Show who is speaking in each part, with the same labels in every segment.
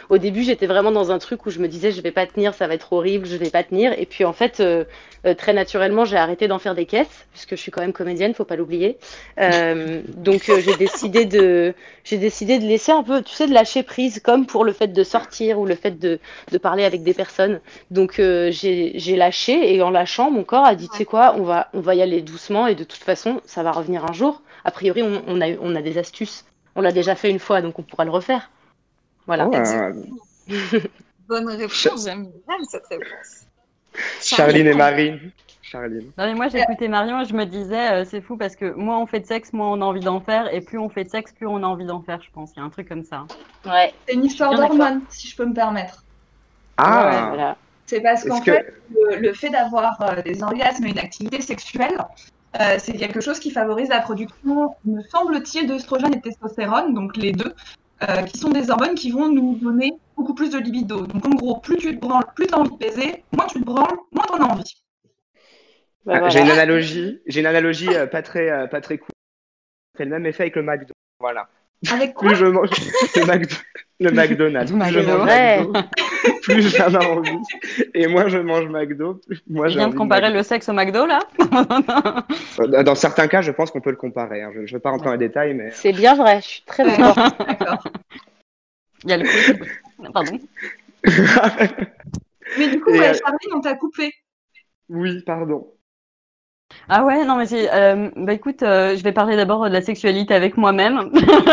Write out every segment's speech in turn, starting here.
Speaker 1: au début, j'étais vraiment dans un truc où je me disais, je vais pas tenir, ça va être horrible, je vais pas tenir. Et puis en fait, très naturellement, j'ai arrêté d'en faire des caisses, puisque je suis quand même comédienne, faut pas l'oublier. Donc j'ai décidé de laisser un peu, tu sais, de lâcher prise, comme pour le fait de sortir ou le fait de parler avec des personnes. Donc j'ai lâché et en lâchant, mon corps a dit, tu sais quoi, on va y aller doucement et de toute façon, ça va revenir un jour. A priori, on a des astuces. On l'a déjà fait une fois, donc on pourra le refaire. Voilà.
Speaker 2: Oh,
Speaker 3: Exactement. Bonne
Speaker 2: Ch-
Speaker 3: réponse, j'aime bien cette réponse. Charline,
Speaker 2: Charline et Marine. Charline.
Speaker 4: Non, mais moi, j'écoutais Marion et je me disais, c'est fou parce que moins on fait de sexe, moins on a envie d'en faire. Et plus on fait de sexe, plus on a envie d'en faire, je pense. Il y a un truc comme ça.
Speaker 1: Ouais.
Speaker 5: C'est une histoire
Speaker 1: bien d'accord.
Speaker 5: d'hormones, si je peux me permettre.
Speaker 2: Ah,
Speaker 1: Ouais, voilà.
Speaker 5: C'est parce qu'en
Speaker 2: est-ce que...
Speaker 5: fait, le fait d'avoir des orgasmes et une activité sexuelle, c'est quelque chose qui favorise la production, me semble-t-il, d'œstrogène et de testostérone, donc les deux, qui sont des hormones qui vont nous donner beaucoup plus de libido. Donc en gros, plus tu te branles, plus tu as envie de baiser, moins tu te branles, moins tu en as envie.
Speaker 1: Bah,
Speaker 2: J'ai
Speaker 1: voilà.
Speaker 2: une analogie pas très cool. C'est le même effet avec le McDo. Voilà.
Speaker 5: Avec quoi?
Speaker 2: Plus je mange le McDonald's, plus je
Speaker 4: McDo.
Speaker 2: mange
Speaker 1: Ouais.
Speaker 2: McDo, plus j'en ai envie. Et moi, je mange McDo, plus moi
Speaker 4: Tu
Speaker 2: j'ai
Speaker 4: viens de
Speaker 2: envie de
Speaker 4: comparer
Speaker 2: McDo.
Speaker 4: le sexe au McDo, là?
Speaker 2: Dans certains cas, je pense qu'on peut le comparer. Hein. Je ne vais pas rentrer dans les détails, mais
Speaker 1: C'est bien vrai, je suis très
Speaker 5: Ouais,
Speaker 1: d'accord.
Speaker 5: d'accord.
Speaker 4: Il y a le coup. Pardon.
Speaker 5: Mais du coup,
Speaker 2: Et,
Speaker 5: ouais, Charline, on t'a coupé.
Speaker 2: oui, pardon.
Speaker 4: Ah ouais, non, mais c'est. Bah écoute, je vais parler d'abord de la sexualité avec moi-même.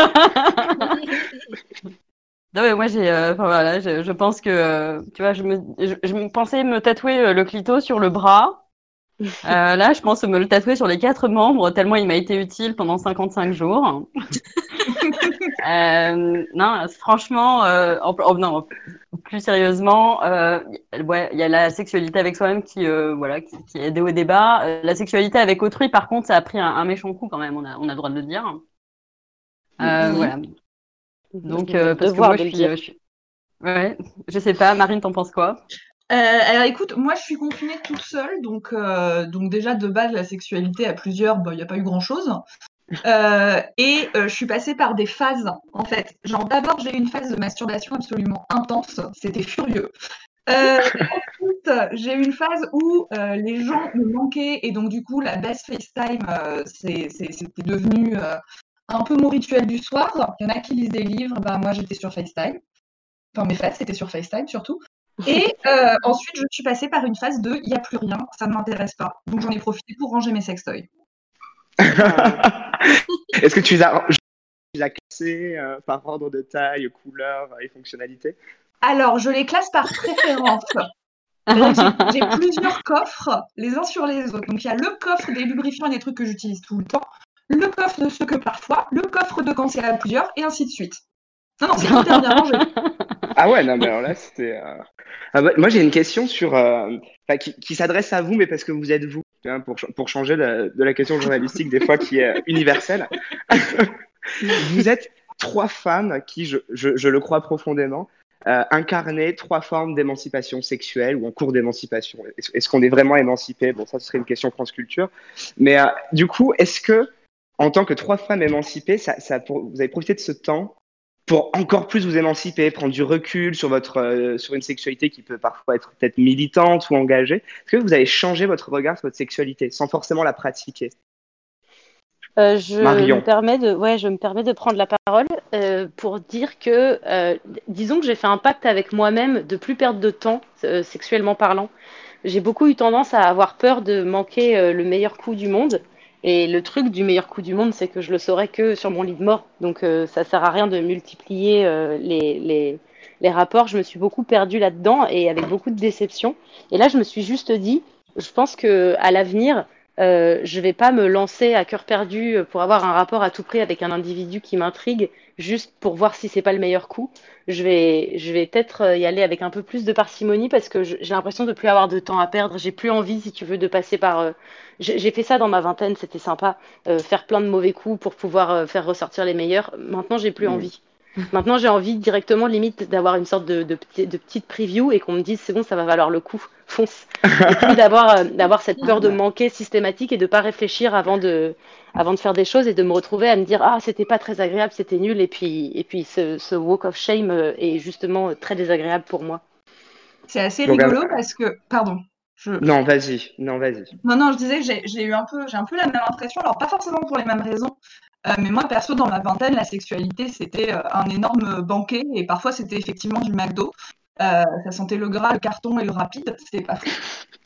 Speaker 4: Non, mais moi, enfin, voilà, je pense que, tu vois, je me pensais me tatouer le clito sur le bras. Là, je pense me le tatouer sur les 4 membres, tellement il m'a été utile pendant 55 jours. Non, franchement, non, plus sérieusement, ouais, il y a la sexualité avec soi-même voilà, qui est au débat. La sexualité avec autrui, par contre, ça a pris un méchant coup quand même, on a le droit de le dire. Voilà. Donc,
Speaker 1: On a le
Speaker 4: parce que
Speaker 1: devoir
Speaker 4: moi,
Speaker 1: de le dire.
Speaker 4: ouais, je sais pas, Marine, t'en penses quoi?
Speaker 5: Alors écoute, moi je suis confinée toute seule, donc déjà de base la sexualité à plusieurs, il n'y a pas eu grand-chose. Je suis passée par des phases en fait. Genre d'abord j'ai eu une phase de masturbation absolument intense, c'était furieux. Ensuite j'ai eu une phase où les gens me manquaient et donc du coup la baisse FaceTime c'était devenu un peu mon rituel du soir. Il y en a qui lisent des livres, bah moi j'étais sur FaceTime. Enfin mes phases c'était sur FaceTime surtout. Et ensuite, je suis passée par une phase de il n'y a plus rien, ça ne m'intéresse pas. Donc j'en ai profité pour ranger mes sextoys.
Speaker 2: Est-ce que tu les as classés par ordre de taille, couleur et fonctionnalité?
Speaker 5: Alors, je les classe par préférence. Donc, j'ai plusieurs coffres, les uns sur les autres. Donc, il y a le coffre des lubrifiants et des trucs que j'utilise tout le temps, le coffre de ceux que parfois, le coffre de quand c'est à plusieurs, et ainsi de suite. Non, c'est hyper bien rangé.
Speaker 2: Ah ouais, non, mais alors là, c'était... Ah bah, moi, j'ai une question qui s'adresse à vous, mais parce que vous êtes vous, hein, pour changer de la question journalistique, des fois, qui est universelle. Vous êtes 3 femmes qui, je le crois profondément, incarnaient 3 formes d'émancipation sexuelle ou en cours d'émancipation. Est-ce qu'on est vraiment émancipé? Bon, ça, ce serait une question France Culture. Mais du coup, est-ce que, en tant que 3 femmes émancipées, vous avez profité de ce temps pour encore plus vous émanciper, prendre du recul sur sur une sexualité qui peut parfois être peut-être militante ou engagée? Est-ce que vous avez changé votre regard sur votre sexualité sans forcément la pratiquer? Marion.
Speaker 1: Je me permets de prendre la parole pour dire que, disons que j'ai fait un pacte avec moi-même de plus perdre de temps, sexuellement parlant. J'ai beaucoup eu tendance à avoir peur de manquer le meilleur coup du monde. Et le truc du meilleur coup du monde, c'est que je le saurais que sur mon lit de mort. Donc ça sert à rien de multiplier les rapports. Je me suis beaucoup perdue là-dedans et avec beaucoup de déception. Et là, je me suis juste dit, je pense que à l'avenir, je vais pas me lancer à cœur perdu pour avoir un rapport à tout prix avec un individu qui m'intrigue, juste pour voir si c'est pas le meilleur coup. Je vais peut-être y aller avec un peu plus de parcimonie parce que j'ai l'impression de plus avoir de temps à perdre. J'ai plus envie, si tu veux, de passer par. J'ai fait ça dans ma vingtaine, c'était sympa, faire plein de mauvais coups pour pouvoir faire ressortir les meilleurs. Maintenant, j'ai plus
Speaker 2: Mm.
Speaker 1: envie. Maintenant, j'ai envie directement, limite, d'avoir une sorte de petite preview et qu'on me dise, c'est bon, ça va valoir le coup, fonce. Et puis d'avoir cette peur de manquer systématique et de pas réfléchir avant de faire des choses et de me retrouver à me dire, ah, c'était pas très agréable, c'était nul. Et puis ce walk of shame est justement très désagréable pour moi.
Speaker 5: C'est assez
Speaker 2: Donc,
Speaker 5: rigolo parce que, pardon.
Speaker 2: Non, vas-y. Non, vas-y.
Speaker 5: Non, je disais, j'ai un peu la même impression, alors pas forcément pour les mêmes raisons, mais moi, perso, dans ma vingtaine, la sexualité, c'était un énorme banquet, et parfois, c'était effectivement du McDo. Ça sentait le gras, le carton et le rapide, c'était pas fou.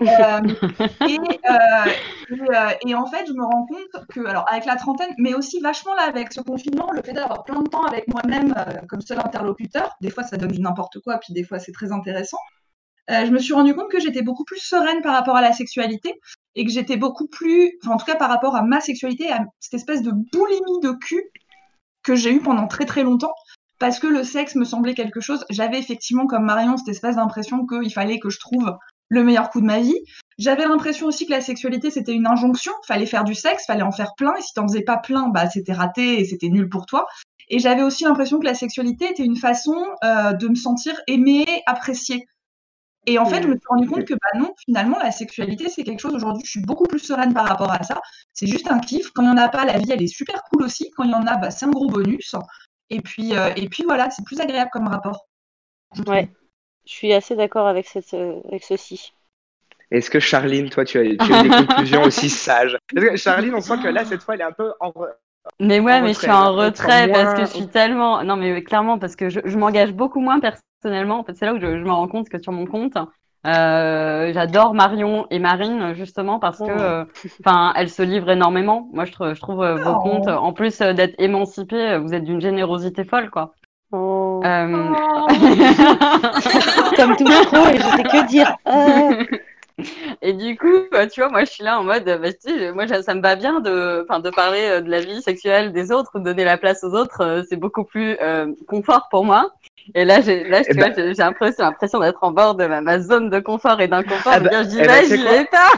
Speaker 5: Et en fait, je me rends compte que, alors avec la trentaine, mais aussi vachement là avec ce confinement, le fait d'avoir plein de temps avec moi-même comme seul interlocuteur, des fois ça donne du n'importe quoi, puis des fois c'est très intéressant. Je me suis rendu compte que j'étais beaucoup plus sereine par rapport à la sexualité et que j'étais beaucoup plus, enfin en tout cas par rapport à ma sexualité, à cette espèce de boulimie de cul que j'ai eu pendant très très longtemps, parce que le sexe me semblait quelque chose. J'avais effectivement, comme Marion, cette espèce d'impression qu'il fallait que je trouve le meilleur coup de ma vie. J'avais l'impression aussi que la sexualité, c'était une injonction. Fallait faire du sexe, fallait en faire plein. Et si t'en faisais pas plein, bah, c'était raté et c'était nul pour toi. Et j'avais aussi l'impression que la sexualité était une façon de me sentir aimée, appréciée. Et en fait, je me suis rendu compte que bah non, finalement, la sexualité, c'est quelque chose, aujourd'hui, je suis beaucoup plus sereine par rapport à ça. C'est juste un kiff. Quand il n'y en a pas, la vie, elle est super cool aussi. Quand il y en a, bah, c'est un gros bonus. Et puis voilà, c'est plus agréable comme rapport.
Speaker 1: Ouais, je suis assez d'accord avec ceci.
Speaker 2: Est-ce que Charline, toi, tu as eu des conclusions aussi sages? Parce que Charline, on sent que là, cette fois, elle est un peu
Speaker 4: Mais ouais, mais je suis en retrait
Speaker 2: moins...
Speaker 4: parce que je suis tellement. Non, mais clairement, parce que je m'engage beaucoup moins personnellement. En fait, c'est là où je me rends compte que sur mon compte, j'adore Marion et Marine, justement, parce que elles se livrent énormément. Moi, je trouve vos comptes, en plus d'être émancipés, vous êtes d'une générosité folle, quoi.
Speaker 1: Oh. Comme tout trop, et je sais que dire.
Speaker 4: Et du coup, tu vois, moi, je suis là en mode, bah, tu sais, moi, ça me va bien de parler de la vie sexuelle des autres, de donner la place aux autres, c'est beaucoup plus confort pour moi. Et là, j'ai l'impression d'être en bord de ma zone de confort et d'inconfort. Je dis, j'y vais pas.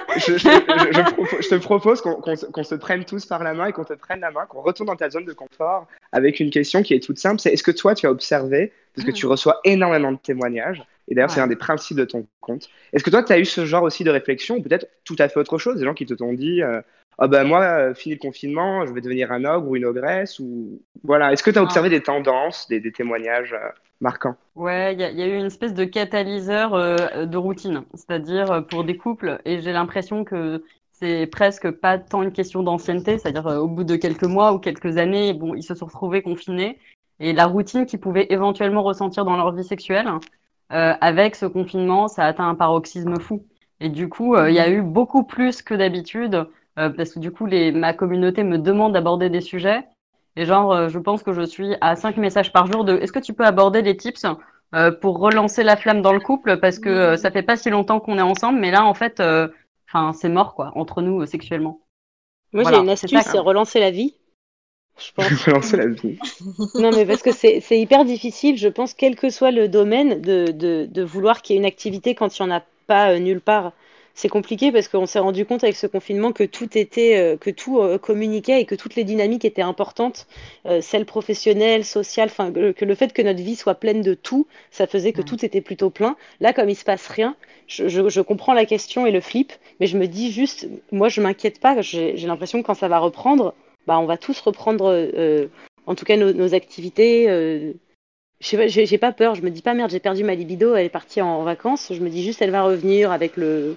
Speaker 2: Je te propose qu'on se prenne tous par la main et qu'on te prenne la main, qu'on retourne dans ta zone de confort avec une question qui est toute simple. C'est est-ce que toi, tu as observé, parce que tu reçois énormément de témoignages, et d'ailleurs, c'est un des principes de ton compte. Est-ce que toi, tu as eu ce genre aussi de réflexion, ou peut-être tout à fait autre chose, des gens qui te t'ont dit moi, fini le confinement, je vais devenir un ogre ou une ogresse, ou voilà. Est-ce que tu as observé des tendances, des témoignages marquants?
Speaker 4: Ouais, il y a eu une espèce de catalyseur de routine, c'est-à-dire pour des couples, et j'ai l'impression que c'est presque pas tant une question d'ancienneté, c'est-à-dire au bout de quelques mois ou quelques années, bon, ils se sont retrouvés confinés, et la routine qu'ils pouvaient éventuellement ressentir dans leur vie sexuelle, avec ce confinement, ça a atteint un paroxysme fou. Et du coup, il y a eu beaucoup plus que d'habitude, parce que du coup, ma communauté me demande d'aborder des sujets. Et genre, je pense que je suis à 5 messages par jour de est-ce que tu peux aborder des tips pour relancer la flamme dans le couple parce que ça fait pas si longtemps qu'on est ensemble, mais là, en fait, c'est mort, quoi, entre nous, sexuellement.
Speaker 1: Moi, j'ai une astuce, c'est relancer la vie. Je pense.
Speaker 2: Relancer la vie.
Speaker 1: Non, mais parce que c'est hyper difficile, je pense, quel que soit le domaine, de vouloir qu'il y ait une activité quand il n'y en a pas nulle part. C'est compliqué parce qu'on s'est rendu compte avec ce confinement que tout communiquait et que toutes les dynamiques étaient importantes, celles professionnelles, sociales, enfin que le fait que notre vie soit pleine de tout, ça faisait que tout était plutôt plein. Là, comme il se passe rien, je comprends la question et le flip, mais je me dis juste, moi je m'inquiète pas, j'ai l'impression que quand ça va reprendre, bah on va tous reprendre, en tout cas nos activités. J'ai pas peur, je me dis pas merde, j'ai perdu ma libido, elle est partie en vacances, je me dis juste elle va revenir avec le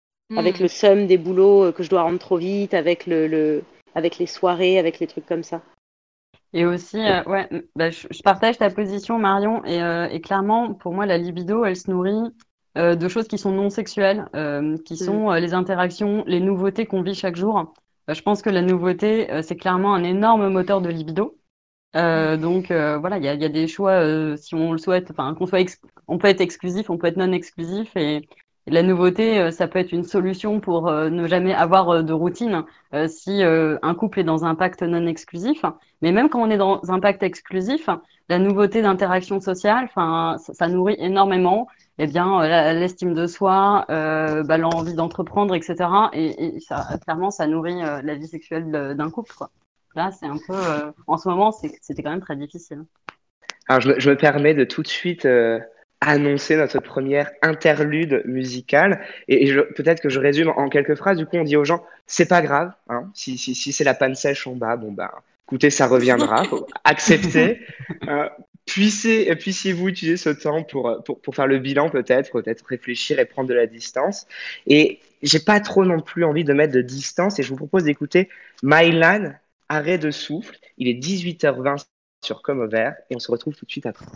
Speaker 1: seum des boulots que je dois rendre trop vite, avec avec les soirées, avec les trucs comme ça.
Speaker 4: Et aussi, je partage ta position, Marion, et clairement, pour moi, la libido, elle se nourrit de choses qui sont non sexuelles, qui sont les interactions, les nouveautés qu'on vit chaque jour. Je pense que la nouveauté, c'est clairement un énorme moteur de libido. Donc voilà, il y a des choix si on le souhaite, enfin on peut être exclusif, on peut être non exclusif et la nouveauté, ça peut être une solution pour ne jamais avoir de routine si un couple est dans un pacte non exclusif. Mais même quand on est dans un pacte exclusif, la nouveauté d'interaction sociale, enfin ça nourrit énormément l'estime de soi, l'envie d'entreprendre, etc. Et ça clairement ça nourrit la vie sexuelle d'un couple, quoi. Là, c'est un peu. En ce moment, c'était quand même très difficile.
Speaker 2: Alors, je me permets de tout de suite annoncer notre première interlude musicale. Peut-être que je résume en quelques phrases. Du coup, on dit aux gens, c'est pas grave, hein, si c'est la panne sèche en bas, bon, ben, écoutez, ça reviendra. Faut accepter. Euh, puissiez-vous utiliser ce temps pour faire le bilan, peut-être réfléchir et prendre de la distance. Et j'ai pas trop non plus envie de mettre de distance. Et je vous propose d'écouter Mylan, Arrêt de souffle. Il est 18h20 sur Comme au vert et on se retrouve tout de suite après.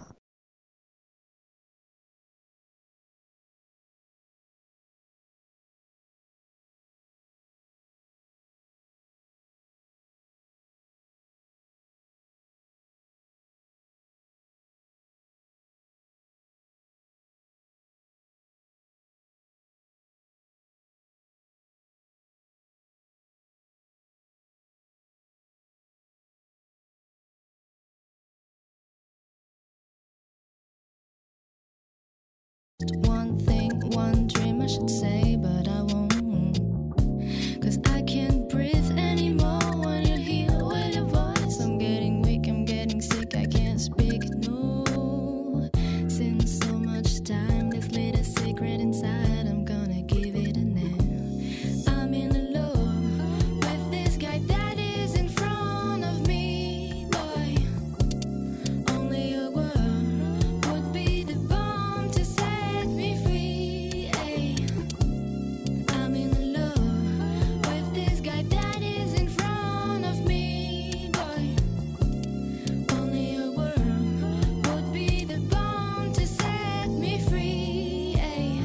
Speaker 6: One thing, one dream I should say, but I won't. 'Cause I can't breathe anymore when you're here with your voice. I'm getting weak, I'm getting sick, I can't speak, no. Since so much time, this little secret inside, I'm gonna give it a name. I'm in love with this guy that is in front of me, boy. Only a word would be the bomb to set me free. Ay. I'm in love with this guy that is in front of me, boy. Only a word would be the bomb to set me free. Ay.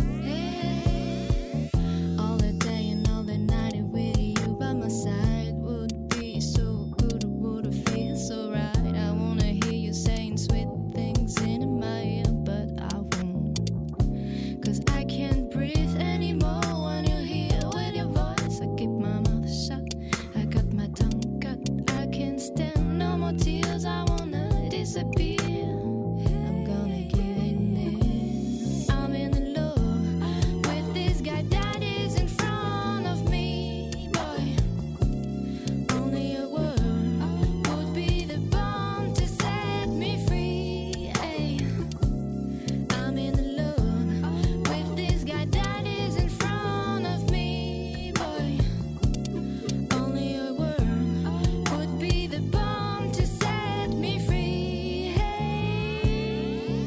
Speaker 6: Ay. All the day and all the night with you by my side would be so good, it would feel so right. I wanna hear you saying sweet things in my ear, but I won't. 'Cause I can't breathe anymore when you're here with your voice. I keep my mouth shut, I got my tongue cut. I can't stand no more tears, I wanna disappear. I'm gonna give it in. I'm in love with this guy that is in front of me, boy. Only a word would be the bomb to set me free. Ay. I'm in love with this guy that is in front of me, boy. Only a word would be the bomb to set me free. Hey.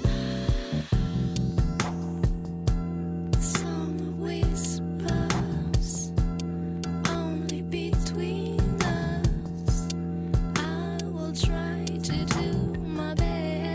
Speaker 6: Some whispers only between us. I will try to do my best.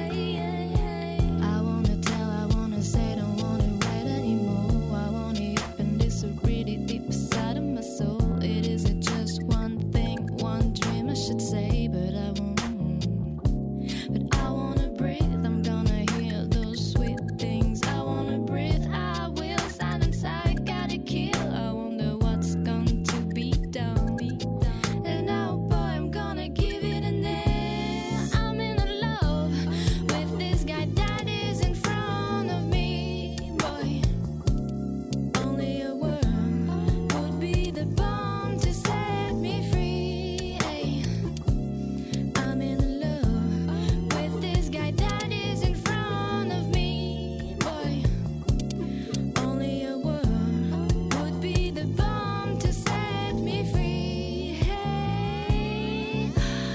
Speaker 6: I wanna tell, I wanna say, don't want it right anymore. I want it up and this really deep inside of my soul. It isn't just one thing, one dream I should say, but I won't. But I wanna breathe, I'm gonna hear those sweet things. I wanna breathe, I will silence, I gotta kill. I wonder what's going to be done. And now, boy, I'm gonna give it a name. I'm in love with this guy that is in front of me, boy. Only a word would be the bomb to set me free. Ay. I'm in love with this guy that is in front of me, boy. Only a word would be the bomb to set me free. Hey.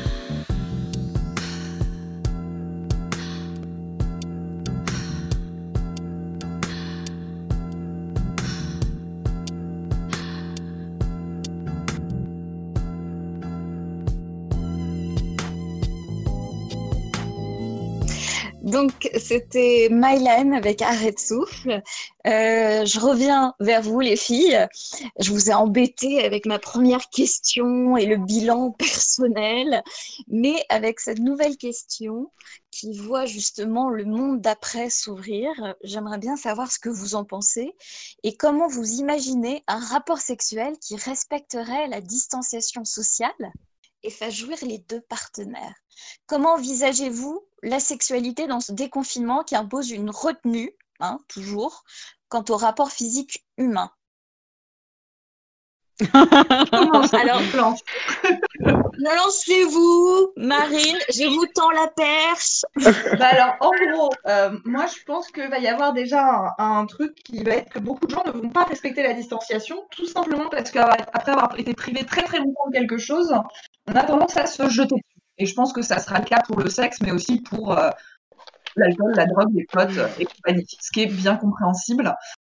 Speaker 7: Donc, c'était Mylan avec Arrêt de souffle. Je reviens vers vous, les filles. Je vous ai embêté avec ma première question et le bilan personnel, mais avec cette nouvelle question qui voit justement le monde d'après s'ouvrir, j'aimerais bien savoir ce que vous en pensez et comment vous imaginez un rapport sexuel qui respecterait la distanciation sociale et fasse jouir les deux partenaires. Comment envisagez-vous la sexualité dans ce déconfinement qui impose une retenue, toujours, quant au rapport physique humain?
Speaker 5: Commence alors, Blanche.
Speaker 7: Lancez-vous, Marine, je vous tends la perche.
Speaker 5: Bah alors, en gros, moi, je pense qu'il va y avoir déjà un truc qui va être que beaucoup de gens ne vont pas respecter la distanciation, tout simplement parce qu'après avoir été privé très très longtemps de quelque chose, on a tendance à se jeter dessus. Et je pense que ça sera le cas pour le sexe, mais aussi pour l'alcool, la drogue, les potes et compagnie, ce qui est bien compréhensible.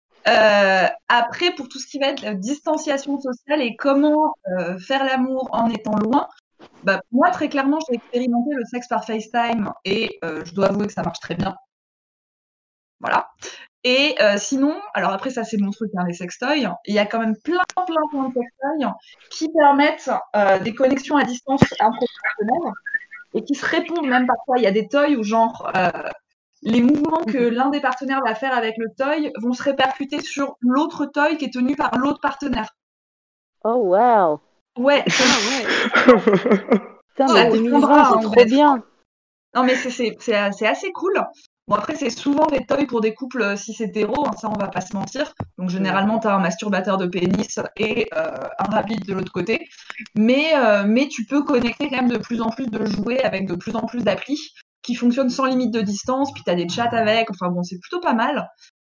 Speaker 5: Après, pour tout ce qui va être la distanciation sociale et comment faire l'amour en étant loin, bah, moi, très clairement, j'ai expérimenté le sexe par FaceTime et je dois avouer que ça marche très bien. Voilà. Et sinon, alors après, ça, c'est mon truc, hein, les sextoys. Il y a quand même plein de sextoys qui permettent des connexions à distance intrapersonnelles et qui se répondent même parfois. Il y a des toys où, genre, les mouvements que l'un des partenaires va faire avec le toy vont se répercuter sur l'autre toy qui est tenu par l'autre partenaire.
Speaker 1: Oh, wow.
Speaker 5: Ouais,
Speaker 1: Putain,
Speaker 5: Ça
Speaker 1: mais
Speaker 5: te
Speaker 1: 2020,
Speaker 5: prendra,
Speaker 1: c'est
Speaker 5: en
Speaker 1: trop
Speaker 5: vrai.
Speaker 1: bien.
Speaker 5: non mais c'est assez cool. Bon, après, c'est souvent des toys pour des couples cis-hétéros, hein, ça, on va pas se mentir. Donc, généralement, tu as un masturbateur de pénis et un rapide de l'autre côté. Mais tu peux connecter quand même de plus en plus de jouets avec de plus en plus d'applis qui fonctionnent sans limite de distance. Puis, tu as des chats avec. Enfin, bon, c'est plutôt pas mal.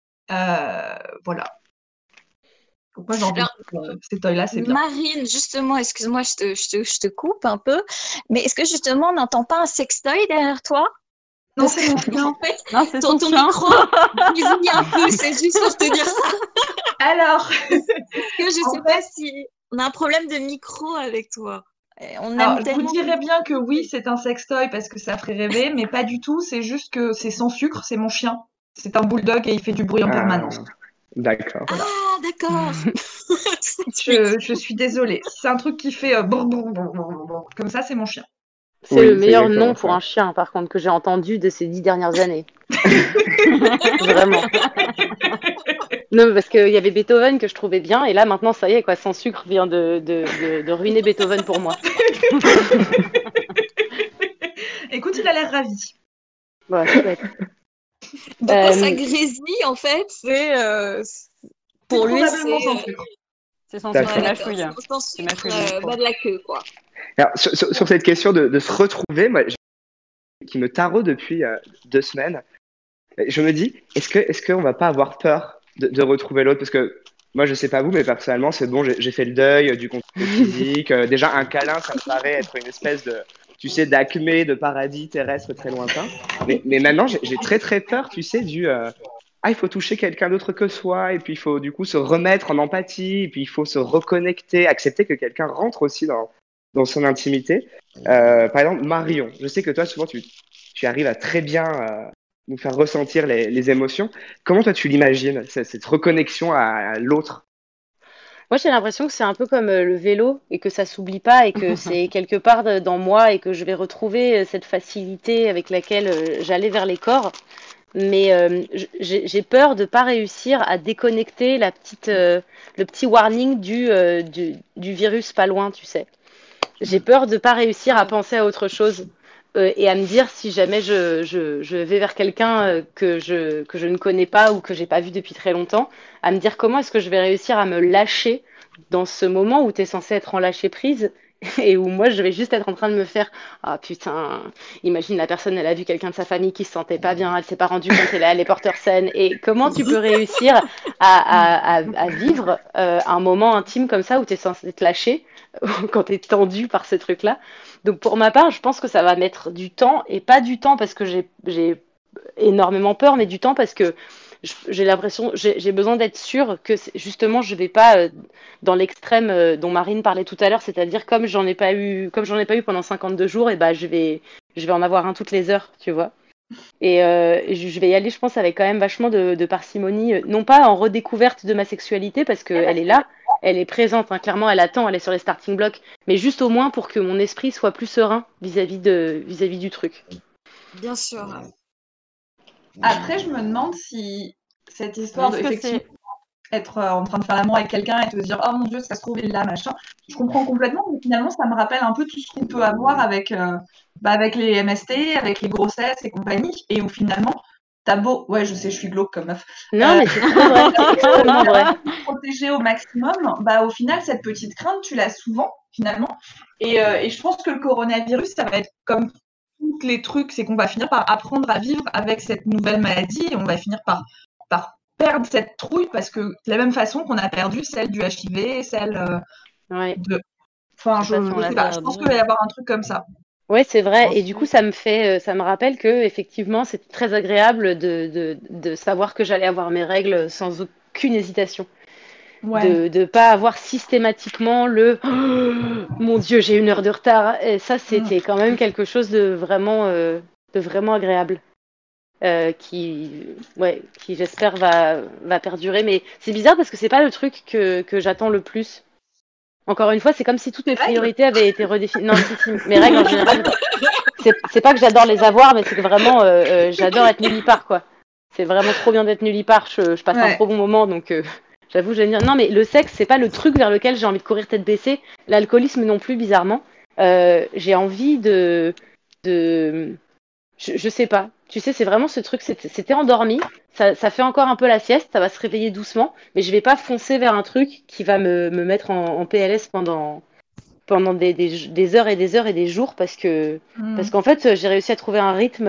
Speaker 5: Voilà. Donc, moi, j'ai envie de dire que ces toys-là, c'est bien.
Speaker 7: Marine, justement, excuse-moi, je te coupe un peu, mais est-ce que justement, on n'entend pas un sextoy derrière toi?
Speaker 5: Non,
Speaker 7: Parce
Speaker 5: c'est mon
Speaker 7: que,
Speaker 5: chien.
Speaker 7: en fait,
Speaker 4: Non, c'est son
Speaker 7: ton
Speaker 4: chien.
Speaker 7: micro grésille un peu, c'est juste pour te dire ça.
Speaker 5: Alors,
Speaker 7: Parce que je
Speaker 5: En
Speaker 7: sais pas si on a un problème de micro avec toi. Et on
Speaker 5: alors,
Speaker 7: aime
Speaker 5: je vous
Speaker 7: tellement.
Speaker 5: dirais bien que oui, c'est un sextoy parce que ça ferait rêver, mais pas du tout. C'est juste que c'est sans sucre, c'est mon chien. C'est un bulldog et il fait du bruit en permanence.
Speaker 2: D'accord.
Speaker 7: Ah, d'accord. Tout de suite.
Speaker 5: Je suis désolée. Si c'est un truc qui fait brr, brr, brr, brr, brr, comme ça, c'est mon chien.
Speaker 1: C'est
Speaker 2: Oui,
Speaker 1: le
Speaker 2: c'est
Speaker 1: meilleur
Speaker 2: exactement
Speaker 1: nom pour
Speaker 2: ça.
Speaker 1: un chien, par contre, que j'ai entendu de ces 10 dernières années. Vraiment. Non, mais parce qu'il y avait Beethoven que je trouvais bien, et là, maintenant, ça y est, quoi, Sans sucre vient de ruiner Beethoven pour moi.
Speaker 5: Écoute, il a l'air ravi.
Speaker 1: Voilà, chouette.
Speaker 7: Donc, quand ça
Speaker 1: Euh,
Speaker 7: grésille, en fait, c'est
Speaker 5: C'est
Speaker 7: pour lui,
Speaker 5: probablement
Speaker 7: c'est
Speaker 5: sans sucre.
Speaker 4: C'est son
Speaker 2: D'accord.
Speaker 4: c'est
Speaker 7: ouais,
Speaker 4: ma
Speaker 7: d'accord.
Speaker 4: chouille.
Speaker 7: Sans
Speaker 4: C'est ma
Speaker 7: sucre,
Speaker 4: chouille de micro.
Speaker 7: bas de la queue, quoi.
Speaker 2: Alors, sur cette question de se retrouver, moi, qui me taraude depuis 2 semaines, je me dis, est-ce qu'on va pas avoir peur de retrouver l'autre? Parce que moi, je sais pas vous, mais personnellement, c'est bon, j'ai fait le deuil du contact physique. Déjà, un câlin, ça me paraît être une espèce de, tu sais, d'acmé, de paradis terrestre très lointain. Mais maintenant, j'ai très très peur, tu sais, il faut toucher quelqu'un d'autre que soi, et puis il faut du coup se remettre en empathie, et puis il faut se reconnecter, accepter que quelqu'un rentre aussi dans son intimité. Par exemple, Marion, je sais que toi, souvent, tu arrives à très bien nous faire ressentir les émotions. Comment toi, tu l'imagines, cette reconnexion à l'autre?
Speaker 1: Moi, j'ai l'impression que c'est un peu comme le vélo et que ça s'oublie pas et que c'est quelque part dans moi et que je vais retrouver cette facilité avec laquelle j'allais vers les corps. Mais j'ai peur de pas réussir à déconnecter le petit warning du virus pas loin, tu sais. J'ai peur de pas réussir à penser à autre chose et à me dire si jamais je vais vers quelqu'un que je ne connais pas ou que j'ai pas vu depuis très longtemps, à me dire comment est-ce que je vais réussir à me lâcher dans ce moment où tu es censé être en lâcher prise et où moi je vais juste être en train de me faire ah putain, imagine la personne elle a vu quelqu'un de sa famille qui se sentait pas bien, elle s'est pas rendue compte, elle est porteur saine et comment tu peux réussir à vivre un moment intime comme ça où tu es censé te lâcher quand tu es tendu par ce truc-là. Donc pour ma part, je pense que ça va mettre du temps, et pas du temps parce que j'ai énormément peur, mais du temps parce que j'ai l'impression, j'ai besoin d'être sûre que justement je vais pas dans l'extrême dont Marine parlait tout à l'heure, c'est-à-dire comme j'en ai pas eu pendant 52 jours, et bah je vais en avoir un toutes les heures, tu vois. Et je vais y aller, je pense, avec quand même vachement de parcimonie, non pas en redécouverte de ma sexualité, parce qu'elle est là, elle est présente, hein, clairement, elle attend, elle est sur les starting blocks, mais juste au moins pour que mon esprit soit plus serein vis-à-vis du truc.
Speaker 7: Bien sûr.
Speaker 5: Après, je me demande si cette histoire de
Speaker 4: Est-ce que
Speaker 5: effectivement
Speaker 4: c'est
Speaker 5: être en train de faire l'amour avec quelqu'un et te dire oh mon Dieu, ça se trouve, il est là, machin. Je comprends complètement, mais finalement, ça me rappelle un peu tout ce qu'on peut avoir avec les MST, avec les grossesses et compagnie, et où finalement, T'as beau, ouais, je sais, je suis glauque comme meuf.
Speaker 1: Non, mais c'est trop vrai, c'est extrêmement vrai.
Speaker 5: Protéger au maximum, bah au final, cette petite crainte, tu l'as souvent, finalement. Et je pense que le coronavirus, ça va être comme tous les trucs, c'est qu'on va finir par apprendre à vivre avec cette nouvelle maladie et on va finir par perdre cette trouille parce que de la même façon qu'on a perdu celle du HIV, celle
Speaker 1: Ouais.
Speaker 5: de. Enfin,
Speaker 4: Je sais pas si on l'a
Speaker 5: sais pas, je
Speaker 4: perdu.
Speaker 5: pense qu'il va y avoir un truc comme ça.
Speaker 1: Ouais, c'est vrai. Et du
Speaker 4: Ensuite-
Speaker 1: coup, ça me rappelle que effectivement, c'était très agréable de savoir que j'allais avoir mes règles sans aucune hésitation.
Speaker 5: Ouais.
Speaker 1: De pas avoir systématiquement le oh, mon Dieu, j'ai 1 heure de retard. Et ça, c'était quand même quelque chose de vraiment agréable. Qui j'espère va perdurer. Mais c'est bizarre parce que c'est pas le truc que j'attends le plus. Encore une fois, c'est comme si toutes mes
Speaker 5: Les règles
Speaker 1: priorités avaient été redéfinies. Non, si, mes règles en général, c'est pas que j'adore les avoir, mais c'est que vraiment, j'adore être nulle part, quoi. C'est vraiment trop bien d'être nulle part. Je passe un
Speaker 5: Ouais.
Speaker 1: trop bon moment, donc j'avoue, j'aime bien. Non, mais le sexe, c'est pas le truc vers lequel j'ai envie de courir tête baissée. L'alcoolisme non plus, bizarrement. J'ai envie je sais pas. Tu sais, c'est vraiment ce truc, c'était endormi. Ça fait encore un peu la sieste, ça va se réveiller doucement, mais je vais pas foncer vers un truc qui va me mettre en PLS pendant des heures et des heures et des jours parce qu'en fait, j'ai réussi à trouver un rythme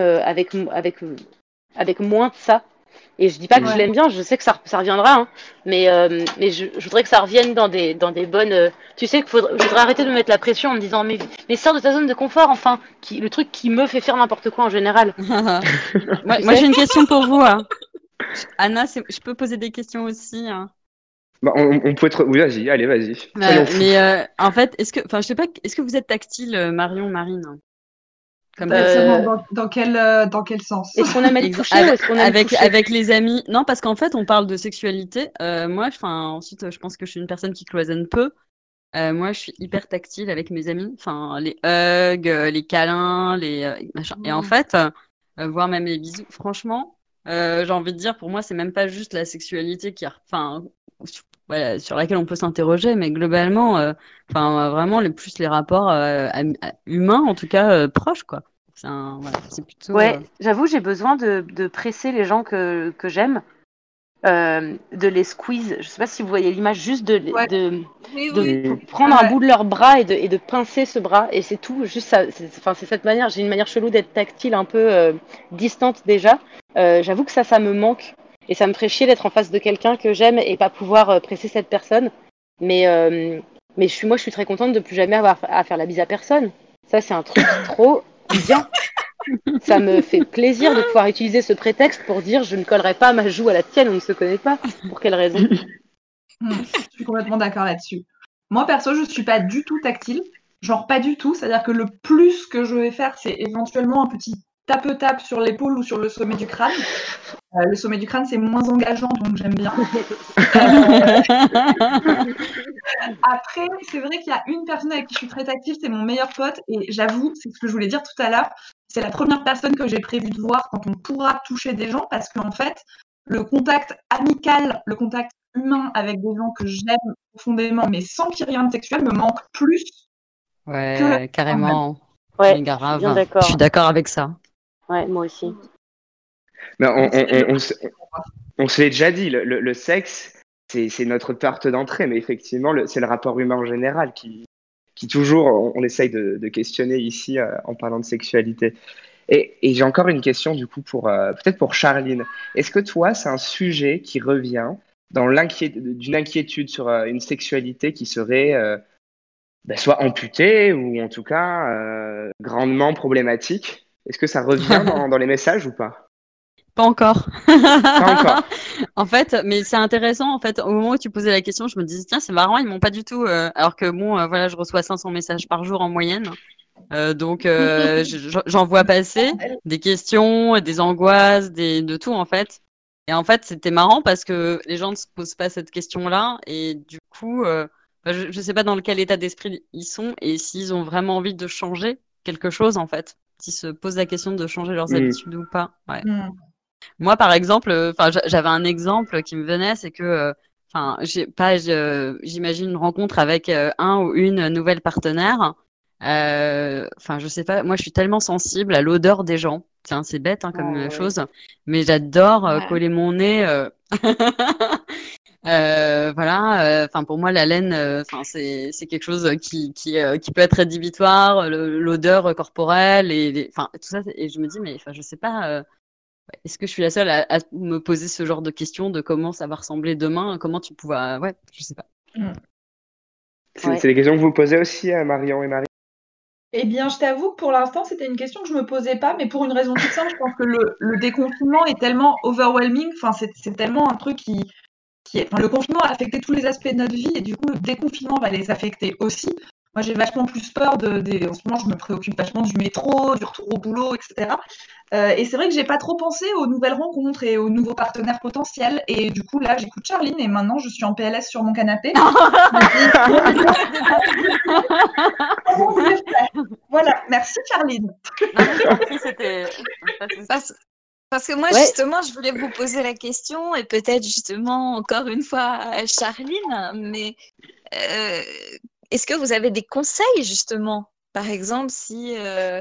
Speaker 1: avec moins de ça. Et je dis pas que je
Speaker 5: Ouais.
Speaker 1: l'aime bien, je sais que ça reviendra, hein, mais je voudrais que ça revienne dans des bonnes. Tu sais je voudrais arrêter de me mettre la pression en me disant mais sors de ta zone de confort, enfin, le truc qui me fait faire n'importe quoi en général.
Speaker 4: Moi, j'ai une question pour vous. Hein. Anna, je peux poser des questions aussi. Hein.
Speaker 2: Bah, on peut être. Oui, vas-y, allez, vas-y. Soyons fous.
Speaker 4: Mais en fait, je sais pas, est-ce que vous êtes tactile, Marion, Marine? Comme
Speaker 5: Dans quel sens?
Speaker 1: Est-ce qu'on aime être touché ou est-ce qu'on aime toucher
Speaker 4: avec les amis? Non, parce qu'en fait, on parle de sexualité. Moi, ensuite, je pense que je suis une personne qui cloisonne peu. Moi, je suis hyper tactile avec mes amis. Enfin, les hugs, les câlins, les machins. Et en fait, voire même les bisous. Franchement, j'ai envie de dire, pour moi, c'est même pas juste la sexualité voilà, sur laquelle on peut s'interroger, mais globalement, vraiment, plus les rapports humains, en tout cas, proches, quoi. C'est plutôt.
Speaker 1: Ouais, j'avoue, j'ai besoin de presser les gens que j'aime, de les squeeze. Je sais pas si vous voyez l'image, juste de prendre un bout de leur bras et de pincer ce bras, et c'est tout. Juste ça, c'est cette manière. J'ai une manière chelou d'être tactile, un peu distante déjà. J'avoue que ça me manque, et ça me ferait chier d'être en face de quelqu'un que j'aime et pas pouvoir presser cette personne. Mais je suis très contente de plus jamais avoir à faire la bise à personne. Ça, c'est un truc trop bien. Ça me fait plaisir de pouvoir utiliser ce prétexte pour dire je ne collerai pas ma joue à la tienne, on ne se connaît pas. Pour quelle raison?
Speaker 5: Je suis complètement d'accord là-dessus. Moi, perso, je ne suis pas du tout tactile. Genre pas du tout. C'est-à-dire que le plus que je vais faire, c'est éventuellement un petit tape-tape sur l'épaule ou sur le sommet du crâne. Le sommet du crâne, c'est moins engageant, donc j'aime bien. Après, c'est vrai qu'il y a une personne avec qui je suis très tactile, c'est mon meilleur pote. Et j'avoue, c'est ce que je voulais dire tout à l'heure, c'est la première personne que j'ai prévu de voir quand on pourra toucher des gens, parce qu'en fait, le contact amical, le contact humain avec des gens que j'aime profondément, mais sans qu'il y ait rien de sexuel, me manque plus.
Speaker 4: Ouais, carrément.
Speaker 1: Ouais,
Speaker 4: Mais grave.
Speaker 1: bien d'accord.
Speaker 4: Je suis d'accord avec ça.
Speaker 1: Ouais, moi aussi.
Speaker 2: Mais on se l'est déjà dit, le sexe, c'est notre porte d'entrée, mais effectivement, c'est le rapport humain en général qui toujours, on essaye de questionner ici en parlant de sexualité. Et j'ai encore une question, du coup, peut-être pour Charline. Est-ce que toi, c'est un sujet qui revient d'une inquiétude sur une sexualité qui serait soit amputée ou en tout cas grandement problématique? Est-ce que ça revient dans les messages ou pas?
Speaker 4: Pas encore.
Speaker 2: Pas encore.
Speaker 4: En fait, mais c'est intéressant. En fait, au moment où tu posais la question, je me disais tiens, c'est marrant, ils m'ont pas du tout. Alors que bon, voilà, je reçois 500 messages par jour en moyenne. Donc, j'en vois passer des questions, des angoisses, de tout en fait. Et en fait, c'était marrant parce que les gens ne se posent pas cette question-là. Et du coup, je sais pas dans quel état d'esprit ils sont et s'ils ont vraiment envie de changer quelque chose en fait. S'ils se posent la question de changer leurs habitudes ou pas. Ouais. Moi, par exemple, j'avais un exemple qui me venait, c'est que, j'imagine une rencontre avec un ou une nouvelle partenaire. Enfin, je sais pas, moi je suis tellement sensible à l'odeur des gens. Tiens, c'est bête hein, comme
Speaker 1: Ouais.
Speaker 4: chose, mais j'adore
Speaker 7: Ouais.
Speaker 4: coller mon nez. Voilà. Enfin, pour moi, la laine, enfin, c'est quelque chose qui peut être rédhibitoire, l'odeur corporelle enfin tout ça. Et je me dis, mais enfin, je sais pas. Est-ce que je suis la seule à me poser ce genre de questions de comment ça va ressembler demain? Comment tu pouvais... Ouais, je sais pas.
Speaker 1: Ouais.
Speaker 2: C'est des questions que vous posez aussi à Marion et Marie.
Speaker 5: Eh bien, je t'avoue que pour l'instant, c'était une question que je me posais pas, mais pour une raison toute simple, je pense que le déconfinement est tellement overwhelming, enfin, c'est tellement un truc enfin, le confinement a affecté tous les aspects de notre vie et du coup, le déconfinement va les affecter aussi. Moi, j'ai vachement plus peur en ce moment, je me préoccupe vachement du métro, du retour au boulot, etc. Et c'est vrai que j'ai pas trop pensé aux nouvelles rencontres et aux nouveaux partenaires potentiels. Et du coup, là, j'écoute Charline et maintenant, je suis en PLS sur mon canapé. Comment je vais faire Voilà, merci Charline.
Speaker 4: C'était...
Speaker 7: Parce que moi,
Speaker 1: Ouais.
Speaker 7: justement, je voulais vous poser la question, et peut-être justement, encore une fois, à Charline, mais est-ce que vous avez des conseils, justement? Par exemple, si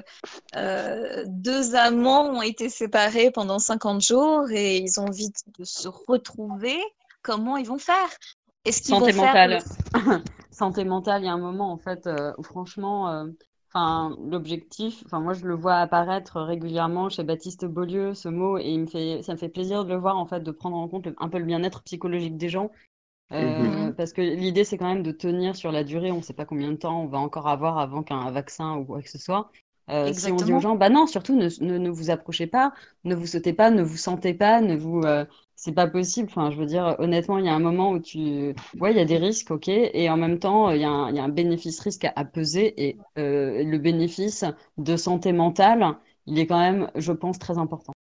Speaker 7: deux amants ont été séparés pendant 50 jours et ils ont envie de se retrouver, comment ils vont faire? Est-ce qu'ils vont
Speaker 4: Santé
Speaker 7: faire
Speaker 4: mentale. Santé mentale, il y a un moment, en fait, où franchement, enfin, l'objectif, enfin, moi, je le vois apparaître régulièrement chez Baptiste Beaulieu, ce mot, et ça me fait plaisir de le voir, en fait, de prendre en compte un peu le bien-être psychologique des gens.
Speaker 2: Mhm.
Speaker 4: Parce que l'idée, c'est quand même de tenir sur la durée. On ne sait pas combien de temps on va encore avoir avant qu'un vaccin ou quoi que ce soit. Si on dit aux
Speaker 7: Exactement.
Speaker 4: gens, bah non, surtout ne vous approchez pas, ne vous sautez pas, ne vous sentez pas, c'est pas possible. Enfin, je veux dire, honnêtement, il y a un moment où ouais, il y a des risques, ok, et en même temps, il y a un bénéfice-risque à peser, et le bénéfice de santé mentale, il est quand même, je pense, très important.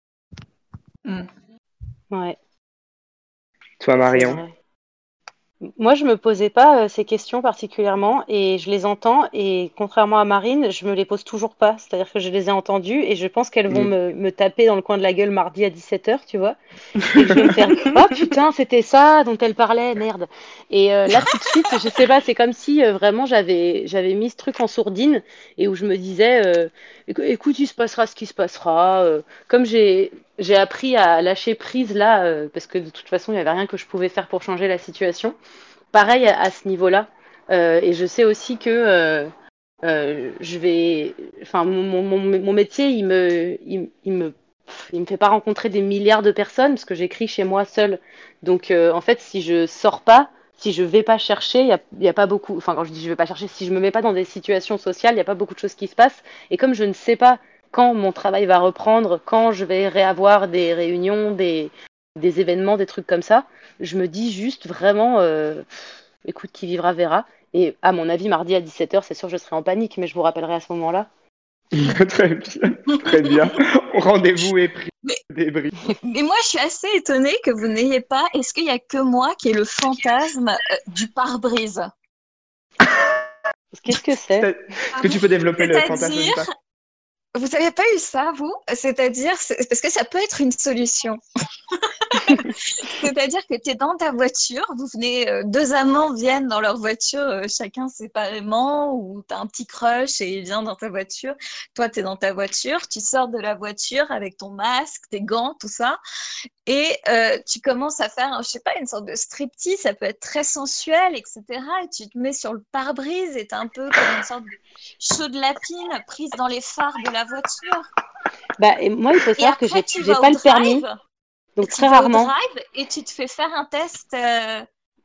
Speaker 1: Ouais,
Speaker 2: Toi,
Speaker 1: c'est
Speaker 2: Marion.
Speaker 1: vrai. Moi, je me posais pas ces questions particulièrement et je les entends et contrairement à Marine, je me les pose toujours pas. C'est-à-dire que je les ai entendues et je pense qu'elles vont
Speaker 2: Mm.
Speaker 1: me taper dans le coin de la gueule mardi à 17h, tu vois. Et que je vais me faire oh putain, c'était ça dont elle parlait, merde. Et là, tout de suite, je sais pas, c'est comme si vraiment j'avais mis ce truc en sourdine et où je me disais écoute, il se passera ce qui se passera. Comme j'ai appris à lâcher prise là, parce que de toute façon, il n'y avait rien que je pouvais faire pour changer la situation. Pareil à ce niveau-là. Et je sais aussi que je vais, enfin, mon métier, il me fait pas rencontrer des milliards de personnes parce que j'écris chez moi seule. Donc, en fait, si je sors pas, si je vais pas chercher, y a pas beaucoup. Enfin, quand je dis je vais pas chercher, si je me mets pas dans des situations sociales, il y a pas beaucoup de choses qui se passent. Et comme je ne sais pas quand mon travail va reprendre, quand je vais réavoir des réunions, des événements, des trucs comme ça, je me dis juste vraiment, écoute, qui vivra verra. Et à mon avis, mardi à 17h, c'est sûr, je serai en panique, mais je vous rappellerai à ce moment-là.
Speaker 2: Très bien, très bien. Rendez-vous est pris.
Speaker 7: Mais,
Speaker 2: Débrief.
Speaker 7: mais moi, je suis assez étonnée que vous n'ayez pas. Est-ce qu'il y a que moi qui ai le fantasme du pare-brise?
Speaker 1: Qu'est-ce que c'est?
Speaker 2: Est-ce que tu peux développer le fantasme du
Speaker 7: C'est-à-dire,
Speaker 2: pas?
Speaker 7: vous n'avez pas eu ça, vous? C'est-à-dire, parce que ça peut être une solution. C'est-à-dire que tu es dans ta voiture, vous venez, deux amants viennent dans leur voiture, chacun séparément, ou tu as un petit crush et il vient dans ta voiture. Toi, tu es dans ta voiture, tu sors de la voiture avec ton masque, tes gants, tout ça, et tu commences à faire, je sais pas, une sorte de striptease, ça peut être très sensuel, etc. Et tu te mets sur le pare-brise et tu es un peu comme une sorte de chaude lapine prise dans les phares de la voiture.
Speaker 1: Bah, et moi, il faut
Speaker 7: Et
Speaker 1: savoir que
Speaker 7: après, tu
Speaker 1: j'ai
Speaker 7: vas
Speaker 1: pas
Speaker 7: au
Speaker 1: le permis,
Speaker 7: drive.
Speaker 1: donc
Speaker 7: Tu
Speaker 1: très
Speaker 7: vas au
Speaker 1: rarement.
Speaker 7: drive et tu te fais faire un test.
Speaker 1: Un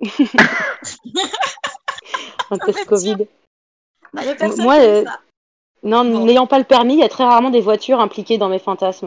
Speaker 7: En
Speaker 1: test
Speaker 7: voiture.
Speaker 1: Covid.
Speaker 7: Il n'y a personne
Speaker 1: Moi,
Speaker 7: qui fait ça.
Speaker 1: non,
Speaker 7: Bon.
Speaker 1: n'ayant pas le permis, il y a très rarement des voitures impliquées dans mes fantasmes.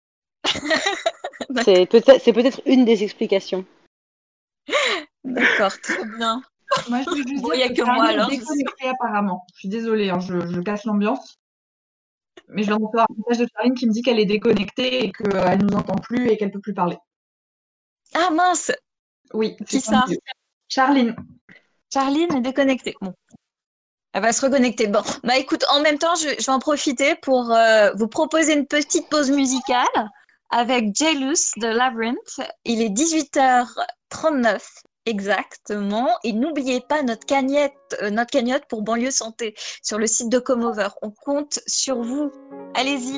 Speaker 1: C'est peut-être une des explications.
Speaker 7: D'accord, très bien.
Speaker 5: Moi, je voulais juste
Speaker 7: Bon,
Speaker 5: dire
Speaker 7: il y a
Speaker 5: que
Speaker 7: que
Speaker 5: Charline
Speaker 7: moi,
Speaker 5: est
Speaker 7: alors, je
Speaker 5: déconnectée apparemment. Je suis désolée, hein, je casse l'ambiance. Mais je viens de recevoir un message de Charline qui me dit qu'elle est déconnectée et qu'elle nous entend plus et qu'elle peut plus parler.
Speaker 7: Ah mince,
Speaker 5: Oui,
Speaker 7: qui
Speaker 5: c'est
Speaker 7: ça?
Speaker 5: Charline.
Speaker 7: Charline est déconnectée. Bon, elle va se reconnecter. Bon, bah écoute, en même temps, je vais en profiter pour vous proposer une petite pause musicale avec Jealous de Labyrinth. Il est 18h39 Exactement. Et n'oubliez pas notre cagnotte pour Banlieue Santé sur le site de Comover. On compte sur vous. Allez-y.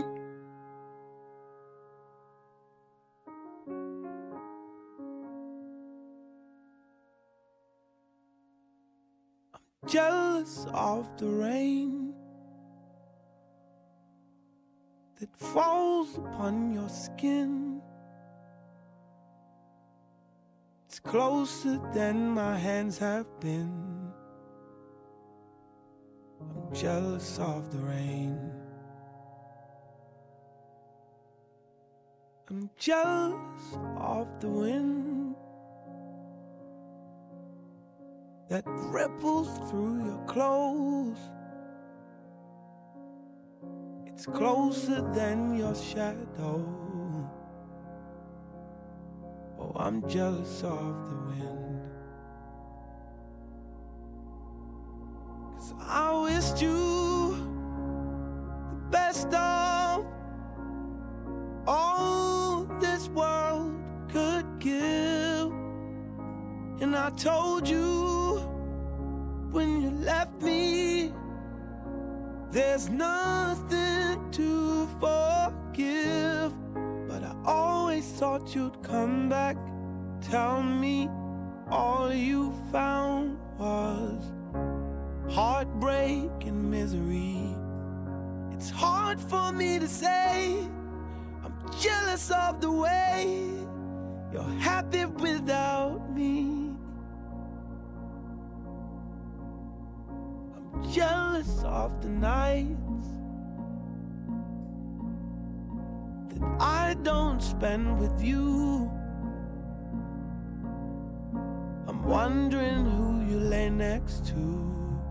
Speaker 8: Jealous of the rain that falls upon your skin. It's closer than my hands have been. I'm jealous of the rain. I'm jealous of the wind that ripples through your clothes. It's closer than your shadow. Oh, I'm jealous of the wind. 'Cause I wished you the best of all this world could give. And I told you when you left me, there's nothing to forgive. But I always thought you'd come back, tell me all you found was heartbreak and misery. It's hard for me to say, I'm jealous of the way you're happy without me. I'm jealous of the nights that I don't spend with you. I'm wondering who you lay next to.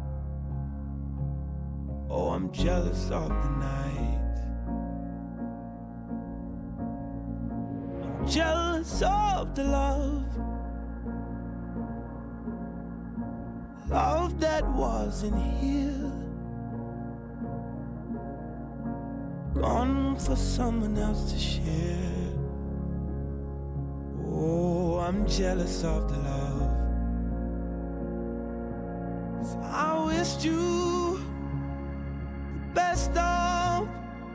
Speaker 8: Oh, I'm jealous of the night. I'm jealous of the love that wasn't here, gone for someone else to share. Oh, I'm jealous of the love, 'cause I wished you the best of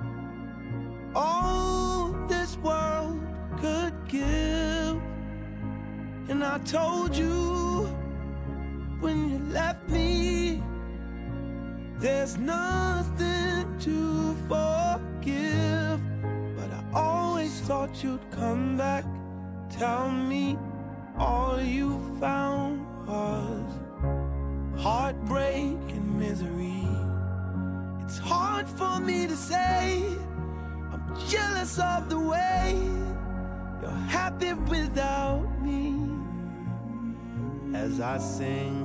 Speaker 8: all this world could give. And I told you when you left me, there's nothing to forgive. But I always thought you'd come back, tell me all you found was heartbreak and misery. It's hard for me to say, I'm jealous of the way you're happy without me. As I sink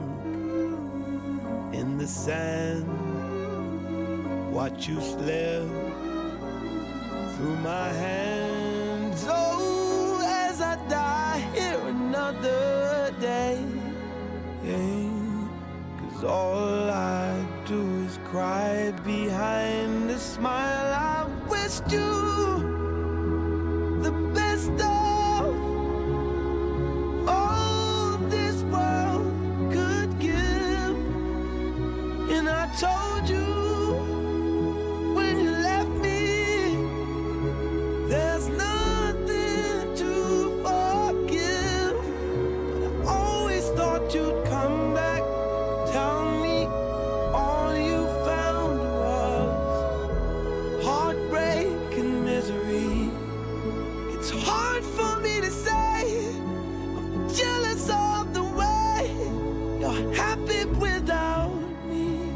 Speaker 8: in the sand, watch you slip through my hands. Oh, as I die here another day, yeah. 'Cause all I do is cry behind a smile. I wished you the best of all this world could give. And I told you when you left me, there's nothing to forgive. But I always thought you'd come back, tell me all you found was heartbreak and misery. It's hard for me to say, I'm jealous of the way you're happy without me.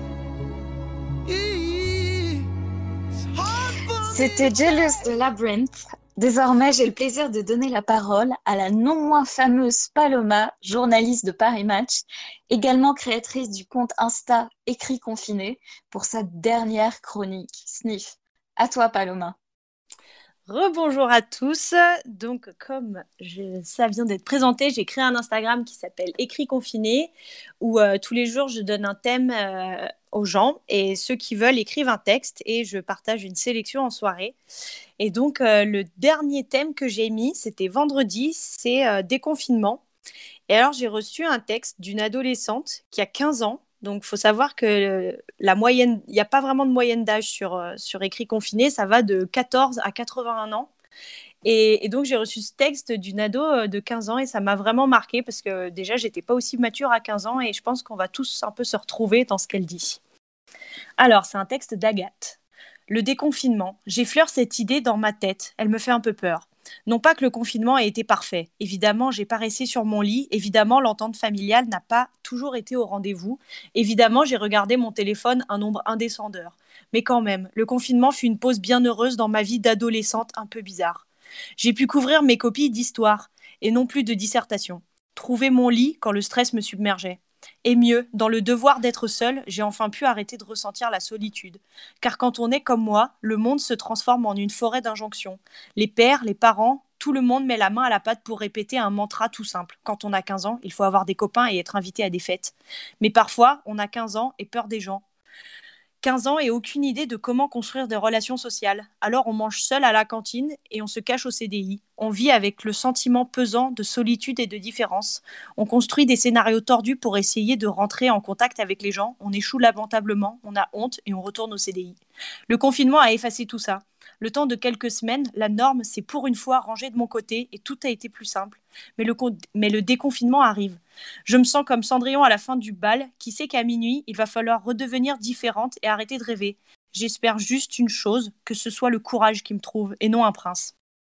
Speaker 8: It's hard for me.
Speaker 7: C'était Jealous de Labyrinth. Désormais, j'ai le plaisir de donner la parole à la non moins fameuse Paloma, journaliste de Paris Match, également créatrice du compte Insta Écrit Confiné, pour sa dernière chronique. Sniff. À toi, Paloma.
Speaker 9: Rebonjour à tous. Donc, comme ça vient d'être présenté, j'ai créé un Instagram qui s'appelle Écrit Confiné, où tous les jours, je donne un thème aux gens et ceux qui veulent écrivent un texte et je partage une sélection en soirée. Et donc, le dernier thème que j'ai mis, c'était vendredi, c'est déconfinement. Et alors, j'ai reçu un texte d'une adolescente qui a 15 ans. Donc, il faut savoir que la moyenne, il n'y a pas vraiment de moyenne d'âge sur Écrit Confiné. Ça va de 14 à 81 ans. Et donc, j'ai reçu ce texte d'une ado de 15 ans et ça m'a vraiment marqué parce que déjà, j'étais pas aussi mature à 15 ans et je pense qu'on va tous un peu se retrouver dans ce qu'elle dit. Alors, c'est un texte d'Agathe. Le déconfinement. J'effleure cette idée dans ma tête. Elle me fait un peu peur. Non pas que le confinement ait été parfait. Évidemment, j'ai pas resté sur mon lit. Évidemment, l'entente familiale n'a pas toujours été au rendez-vous. Évidemment, j'ai regardé mon téléphone un nombre indécent d'heures. Mais quand même, le confinement fut une pause bien heureuse dans ma vie d'adolescente un peu bizarre. J'ai pu couvrir mes copies d'histoire et non plus de dissertation. Trouver mon lit quand le stress me submergeait. Et mieux, dans le devoir d'être seule, j'ai enfin pu arrêter de ressentir la solitude. Car quand on est comme moi, le monde se transforme en une forêt d'injonctions. Les pères, les parents, tout le monde met la main à la pâte pour répéter un mantra tout simple. Quand on a 15 ans, il faut avoir des copains et être invité à des fêtes. Mais parfois, on a 15 ans et peur des gens. 15 ans et aucune idée de comment construire des relations sociales. Alors on mange seul à la cantine et on se cache au CDI. On vit avec le sentiment pesant de solitude et de différence. On construit des scénarios tordus pour essayer de rentrer en contact avec les gens. On échoue lamentablement, on a honte et on retourne au CDI. Le confinement a effacé tout ça. Le temps de quelques semaines, la norme s'est pour une fois rangée de mon côté et tout a été plus simple. Mais le déconfinement arrive. Je me sens comme Cendrillon à la fin du bal, qui sait qu'à minuit, il va falloir redevenir différente et arrêter de rêver. J'espère juste une chose, que ce soit le courage qui me trouve, et non un prince.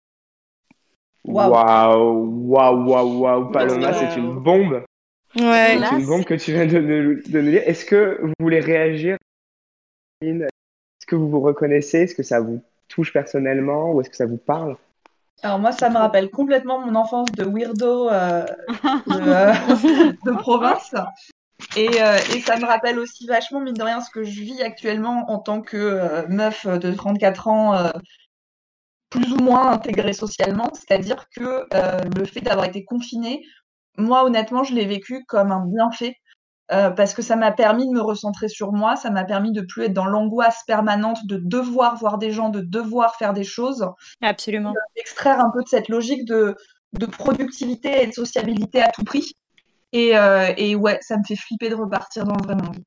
Speaker 2: Waouh, Paloma, c'est une bombe.
Speaker 9: Ouais.
Speaker 2: C'est une bombe que tu viens de nous lire. Est-ce que vous voulez réagir? Est-ce que vous vous reconnaissez? Est-ce que ça vous touche personnellement ou est-ce que ça vous parle?
Speaker 5: Alors moi, ça me rappelle complètement mon enfance de weirdo de province. Et ça me rappelle aussi vachement, mine de rien, ce que je vis actuellement en tant que meuf de 34 ans, plus ou moins intégrée socialement. C'est-à-dire que le fait d'avoir été confinée, moi, honnêtement, je l'ai vécu comme un bienfait. Parce que ça m'a permis de me recentrer sur moi, ça m'a permis de plus être dans l'angoisse permanente de devoir voir des gens, de devoir faire des choses.
Speaker 9: Absolument.
Speaker 5: Extraire un peu de cette logique de productivité et de sociabilité à tout prix. Et ouais, ça me fait flipper de repartir dans le vrai monde.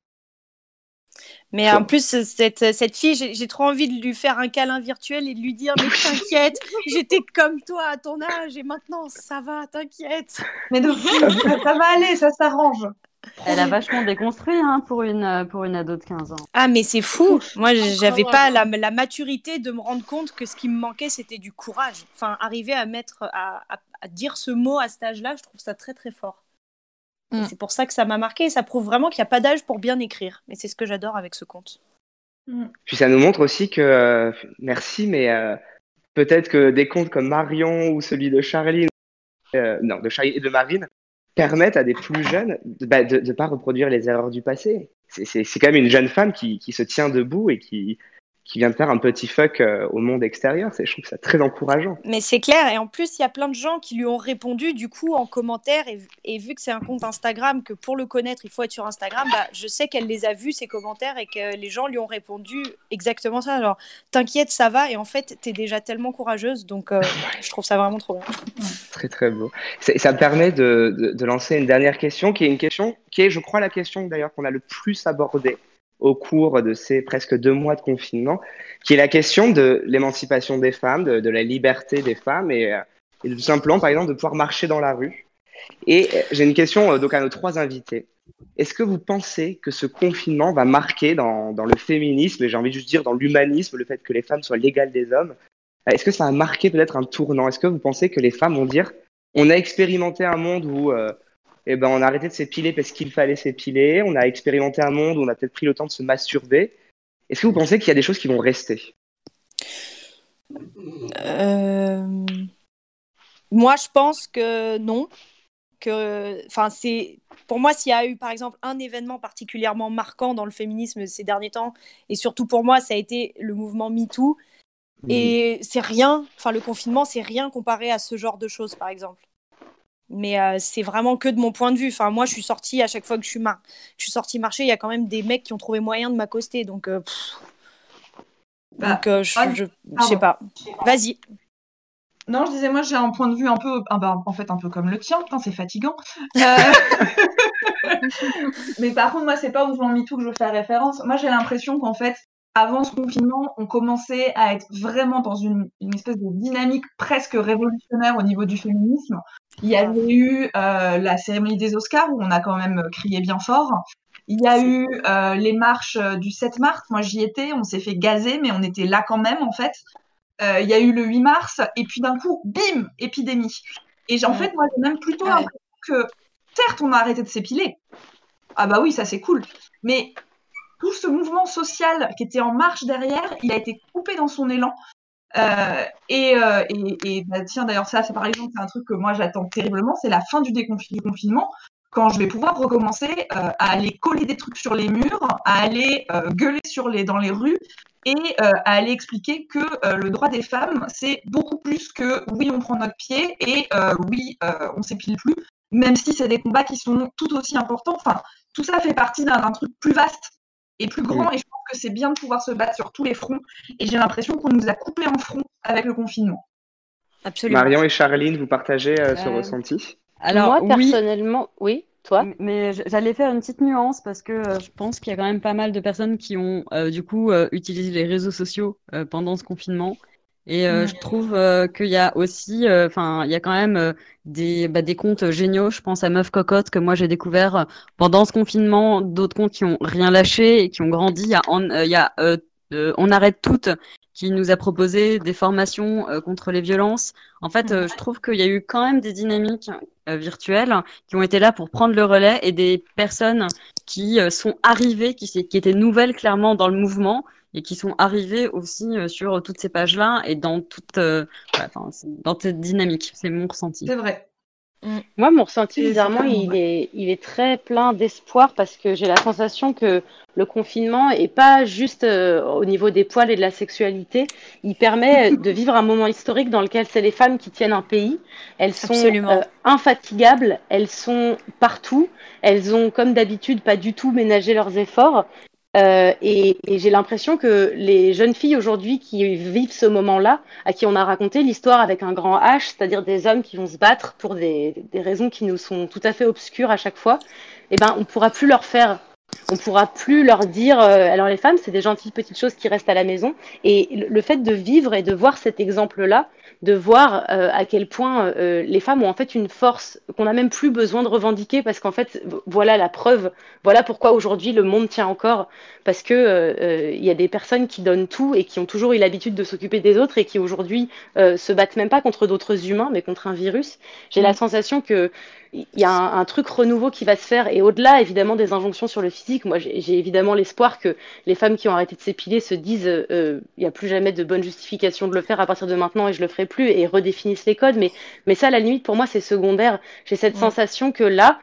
Speaker 9: Mais en plus, cette fille, j'ai trop envie de lui faire un câlin virtuel et de lui dire « Mais t'inquiète, j'étais comme toi à ton âge et maintenant, ça va, t'inquiète. »
Speaker 5: Mais de fou, ça va aller, ça s'arrange.
Speaker 4: Elle a vachement déconstruit pour une ado de 15 ans.
Speaker 9: Ah, mais c'est fou. Moi, j'avais pas la maturité de me rendre compte que ce qui me manquait, c'était du courage. Enfin, arriver à dire ce mot à cet âge-là, je trouve ça très, très fort. Et c'est pour ça que ça m'a marqué. Et ça prouve vraiment qu'il n'y a pas d'âge pour bien écrire. Et c'est ce que j'adore avec ce conte.
Speaker 2: Puis ça nous montre aussi que, merci, mais peut-être que des contes comme Marion ou celui de Charlie, de Charlie et de Marine, permettent à des plus jeunes de ne pas reproduire les erreurs du passé. C'est quand même une jeune femme qui se tient debout et qui vient de faire un petit fuck au monde extérieur. Je trouve ça très encourageant.
Speaker 9: Mais c'est clair. Et en plus, il y a plein de gens qui lui ont répondu du coup en commentaire. Et vu que c'est un compte Instagram, que pour le connaître, il faut être sur Instagram, je sais qu'elle les a vus, ces commentaires, et que les gens lui ont répondu exactement ça. Genre, t'inquiète, ça va. Et en fait, t'es déjà tellement courageuse. Donc, je trouve ça vraiment trop bien.
Speaker 2: Très, très beau. Ça me permet de lancer une dernière question, qui est une question qui est, je crois, la question d'ailleurs qu'on a le plus abordée au cours de ces presque 2 mois de confinement, qui est la question de l'émancipation des femmes, de la liberté des femmes et tout simplement, par exemple, de pouvoir marcher dans la rue. Et j'ai une question donc à nos 3 invités. Est-ce que vous pensez que ce confinement va marquer dans le féminisme, et j'ai envie de juste dire dans l'humanisme, le fait que les femmes soient l'égale des hommes? Est-ce que ça a marqué peut-être un tournant? Est-ce que vous pensez que les femmes vont dire on a expérimenté un monde où on a arrêté de s'épiler parce qu'il fallait s'épiler, on a expérimenté un monde où on a peut-être pris le temps de se masturber. Est-ce que vous pensez qu'il y a des choses qui vont rester?
Speaker 9: Moi, je pense que non. Pour moi, s'il y a eu, par exemple, un événement particulièrement marquant dans le féminisme ces derniers temps, et surtout pour moi, ça a été le mouvement MeToo. Et c'est rien, le confinement, c'est rien comparé à ce genre de choses, par exemple. Mais c'est vraiment que de mon point de vue. Moi, je suis sortie, à chaque fois que je suis sortie marcher, il y a quand même des mecs qui ont trouvé moyen de m'accoster. Donc, je sais pas. Vas-y.
Speaker 5: Non, je disais, moi, j'ai un point de vue un peu, en fait, un peu comme le tien. Putain, c'est fatigant. Mais par contre, moi, c'est pas au mouvement MeToo que je fais référence. Moi, j'ai l'impression qu'en fait, avant ce confinement, on commençait à être vraiment dans une espèce de dynamique presque révolutionnaire au niveau du féminisme. Il y avait eu la cérémonie des Oscars où on a quand même crié bien fort. Il y a eu les marches du 7 mars. Moi, j'y étais. On s'est fait gazer, mais on était là quand même, en fait. Il y a eu le 8 mars. Et puis d'un coup, bim, épidémie. Et en fait, moi, j'ai même plutôt l'impression que, certes, on a arrêté de s'épiler. Ah bah oui, ça c'est cool. Mais tout ce mouvement social qui était en marche derrière, il a été coupé dans son élan. Bah, tiens, d'ailleurs, ça, par exemple, c'est un truc que moi j'attends terriblement, c'est la fin du confinement, quand je vais pouvoir recommencer à aller coller des trucs sur les murs, à aller gueuler dans les rues et à aller expliquer que le droit des femmes, c'est beaucoup plus que oui, on prend notre pied et oui, on s'épile plus, même si c'est des combats qui sont tout aussi importants. Enfin, tout ça fait partie d'un truc plus vaste et plus grand, et je pense que c'est bien de pouvoir se battre sur tous les fronts, et j'ai l'impression qu'on nous a coupé en front avec le confinement.
Speaker 9: Absolument.
Speaker 2: Marion et Charline, vous partagez ce ressenti?
Speaker 1: Moi, personnellement, oui, toi?
Speaker 4: Mais j'allais faire une petite nuance parce que je pense qu'il y a quand même pas mal de personnes qui ont du coup utilisé les réseaux sociaux pendant ce confinement. Et je trouve qu'il y a aussi, enfin, il y a quand même des comptes géniaux. Je pense à Meuf Cocotte que moi j'ai découvert pendant ce confinement, d'autres comptes qui ont rien lâché et qui ont grandi. Il y a On arrête toutes qui nous a proposé des formations contre les violences. En fait, je trouve qu'il y a eu quand même des dynamiques virtuelles qui ont été là pour prendre le relais et des personnes qui sont arrivées, qui étaient nouvelles clairement dans le mouvement et qui sont arrivées aussi sur toutes ces pages-là et dans dans cette dynamique. C'est mon ressenti.
Speaker 5: C'est vrai.
Speaker 1: Moi, mon ressenti, bizarrement, il est très plein d'espoir parce que j'ai la sensation que le confinement est pas juste au niveau des poils et de la sexualité. Il permet de vivre un moment historique dans lequel c'est les femmes qui tiennent un pays. Elles sont infatigables, elles sont partout. Elles ont, comme d'habitude, pas du tout ménagé leurs efforts. Et j'ai l'impression que les jeunes filles aujourd'hui qui vivent ce moment-là, à qui on a raconté l'histoire avec un grand H, c'est-à-dire des hommes qui vont se battre pour des raisons qui nous sont tout à fait obscures à chaque fois, eh ben, on pourra plus leur faire. On pourra plus leur dire alors les femmes, c'est des gentilles petites choses qui restent à la maison. Et le fait de vivre et de voir cet exemple-là, de voir à quel point les femmes ont en fait une force qu'on n'a même plus besoin de revendiquer parce qu'en fait, voilà la preuve, voilà pourquoi aujourd'hui le monde tient encore, parce que il y a des personnes qui donnent tout et qui ont toujours eu l'habitude de s'occuper des autres et qui aujourd'hui se battent même pas contre d'autres humains, mais contre un virus. J'ai la sensation que il y a un truc renouveau qui va se faire et au-delà évidemment des injonctions sur le physique, moi j'ai évidemment l'espoir que les femmes qui ont arrêté de s'épiler se disent il n'y a plus jamais de bonne justification de le faire à partir de maintenant et je le ferai plus et redéfinissent les codes, mais ça à la limite pour moi c'est secondaire. J'ai cette sensation que là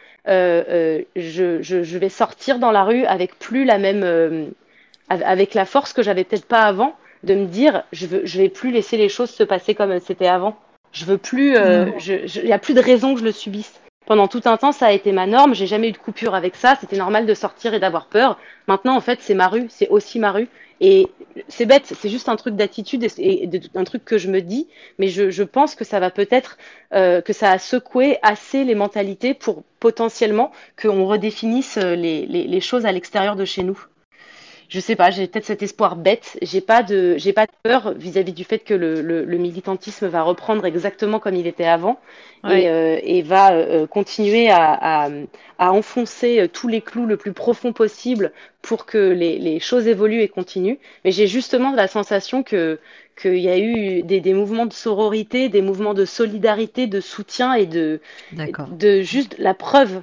Speaker 1: je vais sortir dans la rue avec plus la même avec la force que j'avais peut-être pas avant, de me dire je vais plus laisser les choses se passer comme c'était avant. Je veux plus il y a plus de raison que je le subisse. Pendant tout un temps, ça a été ma norme. J'ai jamais eu de coupure avec ça. C'était normal de sortir et d'avoir peur. Maintenant, en fait, c'est ma rue. C'est aussi ma rue. Et c'est bête. C'est juste un truc d'attitude et un truc que je me dis. Mais je pense que ça va peut-être que ça a secoué assez les mentalités pour potentiellement qu'on redéfinisse les choses à l'extérieur de chez nous. Je sais pas, j'ai peut-être cet espoir bête. J'ai pas de peur vis-à-vis du fait que le militantisme va reprendre exactement comme il était avant et va continuer à enfoncer tous les clous le plus profond possible pour que les choses évoluent et continuent. Mais j'ai justement la sensation qu'il y a eu des mouvements de sororité, des mouvements de solidarité, de soutien et de juste la preuve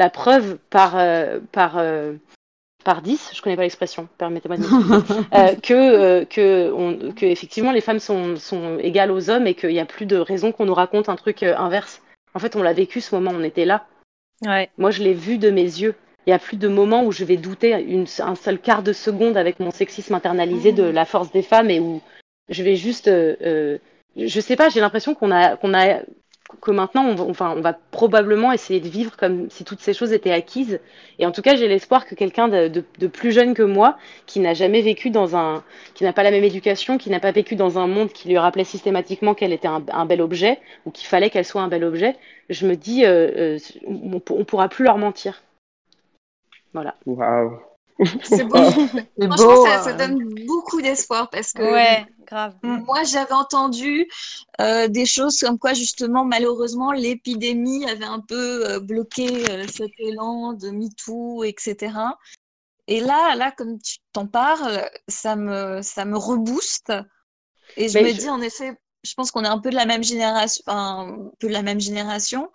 Speaker 1: par 10, je connais pas l'expression, permettez-moi de m'excuser, que effectivement les femmes sont égales aux hommes et qu'il n'y a plus de raison qu'on nous raconte un truc inverse. En fait, on l'a vécu ce moment, on était là.
Speaker 9: Ouais.
Speaker 1: Moi, je l'ai vu de mes yeux. Il n'y a plus de moment où je vais douter un seul quart de seconde avec mon sexisme internalisé de la force des femmes et où je vais juste, je sais pas, j'ai l'impression qu'on que maintenant, on va probablement essayer de vivre comme si toutes ces choses étaient acquises. Et en tout cas, j'ai l'espoir que quelqu'un de plus jeune que moi, qui n'a jamais vécu qui n'a pas la même éducation, qui n'a pas vécu dans un monde qui lui rappelait systématiquement qu'elle était un bel objet, ou qu'il fallait qu'elle soit un bel objet, je me dis, on pourra plus leur mentir. Voilà.
Speaker 2: Waouh.
Speaker 7: C'est beau.
Speaker 4: C'est
Speaker 7: Franchement,
Speaker 4: beau.
Speaker 7: ça donne beaucoup d'espoir parce que
Speaker 9: Ouais, grave.
Speaker 7: moi, j'avais entendu des choses comme quoi, justement, malheureusement, l'épidémie avait un peu bloqué cet élan de MeToo, etc. Et là, comme tu t'en parles, ça me rebooste. Et je
Speaker 1: Mais
Speaker 7: me dis, en effet, je pense qu'on est un peu de la même génération, enfin, un peu de la même génération.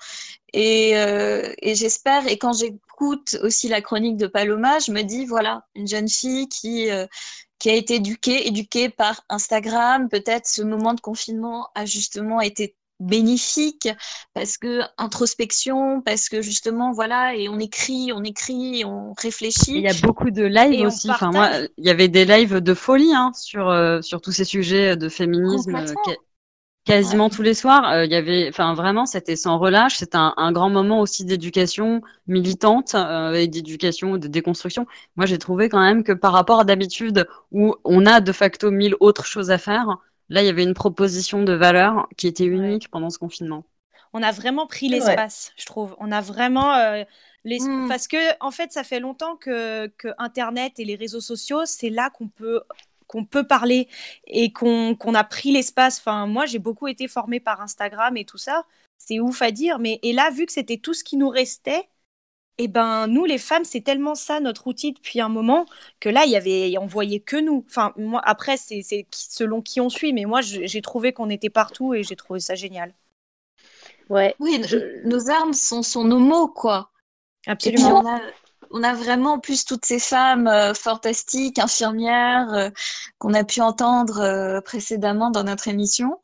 Speaker 7: Et j'espère, et quand j'écoute aussi la chronique de Paloma, je me dis, voilà, une jeune fille qui a été éduquée par Instagram. Peut-être ce moment de confinement a justement été bénéfique parce que introspection, parce que justement, voilà, et on écrit, on
Speaker 4: Il
Speaker 7: réfléchit.
Speaker 4: y a beaucoup de lives
Speaker 9: Et on
Speaker 4: aussi. Enfin, moi,
Speaker 9: partage.
Speaker 4: il y avait des lives de folie sur tous ces sujets de féminisme.
Speaker 7: Complètement.
Speaker 4: Quasiment tous les soirs, il y avait, enfin vraiment, c'était sans relâche. C'était un grand moment aussi d'éducation militante et d'éducation, de déconstruction. Moi, j'ai trouvé quand même que par rapport à d'habitude où on a de facto 1000 autres choses à faire, là, il y avait une proposition de valeur qui était
Speaker 9: Ouais.
Speaker 4: unique pendant ce confinement.
Speaker 9: On a vraiment pris
Speaker 5: C'est vrai.
Speaker 9: l'espace, je trouve. On a vraiment
Speaker 7: Mm.
Speaker 9: parce que en fait, ça fait longtemps que Internet et les réseaux sociaux, c'est là qu'on peut parler et qu'on a pris l'espace. Enfin, moi, j'ai beaucoup été formée par Instagram et tout ça. C'est ouf à dire, mais et là, vu que c'était tout ce qui nous restait, et ben nous, les femmes, c'est tellement ça notre outil depuis un moment que là, on voyait que nous. Enfin, moi, après, c'est selon qui on suit, mais moi, j'ai trouvé qu'on était partout et j'ai trouvé ça génial.
Speaker 1: Ouais.
Speaker 7: Oui, nos armes sont nos mots, quoi. Et puis
Speaker 9: Absolument.
Speaker 7: on a vraiment en plus toutes ces femmes fantastiques, infirmières, qu'on a pu entendre précédemment dans notre émission.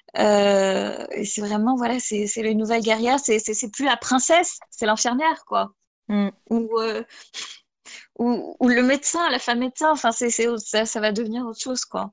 Speaker 7: Et c'est vraiment, voilà, c'est les nouvelles guerrières, c'est plus la princesse, c'est l'infirmière, quoi.
Speaker 9: Mm.
Speaker 7: Ou le médecin, la femme médecin, enfin, ça va devenir autre chose, quoi.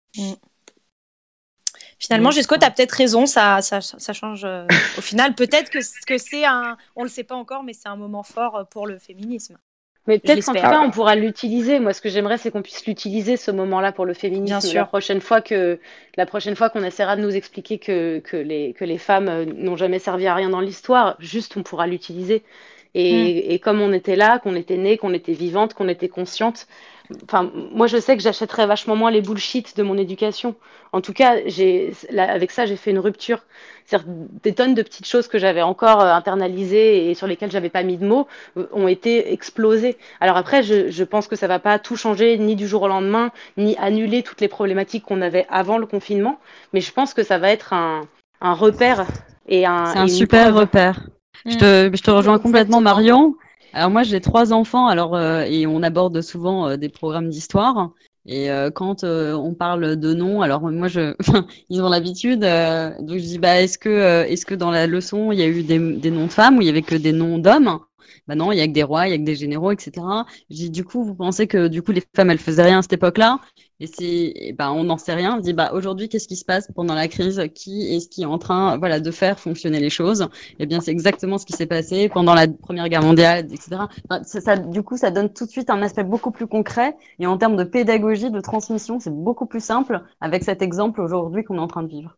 Speaker 9: Finalement,
Speaker 4: Oui,
Speaker 9: Jesco,
Speaker 4: c'est
Speaker 9: tu as
Speaker 4: ça.
Speaker 9: peut-être raison, ça change. Au final, peut-être que c'est on le sait pas encore, mais c'est un moment fort pour le féminisme.
Speaker 1: Mais
Speaker 9: Je
Speaker 1: peut-être qu'en tout
Speaker 9: l'espère.
Speaker 1: cas, on pourra l'utiliser. Moi, ce que j'aimerais, c'est qu'on puisse l'utiliser, ce moment-là, pour le
Speaker 9: Bien
Speaker 1: féminisme.
Speaker 9: sûr.
Speaker 1: La prochaine fois qu'on essaiera de nous expliquer que les femmes n'ont jamais servi à rien dans l'histoire, juste, on pourra l'utiliser. Et comme on était là, qu'on était née, qu'on était vivante, qu'on était consciente, enfin, moi, je sais que j'achèterais vachement moins les bullshit de mon éducation. En tout cas, avec ça, j'ai fait une rupture. C'est-à-dire, des tonnes de petites choses que j'avais encore internalisées et sur lesquelles j'avais pas mis de mots ont été explosées. Alors après, je pense que ça va pas tout changer, ni du jour au lendemain, ni annuler toutes les problématiques qu'on avait avant le confinement, mais je pense que ça va être un repère et
Speaker 4: C'est un
Speaker 1: une
Speaker 4: super
Speaker 1: preuve.
Speaker 4: repère. Je te rejoins complètement, Marion. Alors moi, j'ai 3 enfants, et on aborde souvent des programmes d'histoire. Et quand on parle de noms, alors moi, enfin, ils ont l'habitude. Donc je dis, bah, est-ce que dans la leçon, il y a eu des noms de femmes ou il y avait que des noms d'hommes? Bah non, il y a que des rois, il y a que des généraux, etc. Je dis, du coup, vous pensez que du coup les femmes, elles faisaient rien à cette époque-là? Et ben, on n'en sait rien. On se dit, bah, aujourd'hui, qu'est-ce qui se passe pendant la crise? Qui est-ce qui est en train, voilà, de faire fonctionner les choses? Eh bien, c'est exactement ce qui s'est passé pendant la Première Guerre mondiale, etc. Enfin, du coup, ça donne tout de suite un aspect beaucoup plus concret. Et en termes de pédagogie, de transmission, c'est beaucoup plus simple avec cet exemple aujourd'hui qu'on est en train de vivre.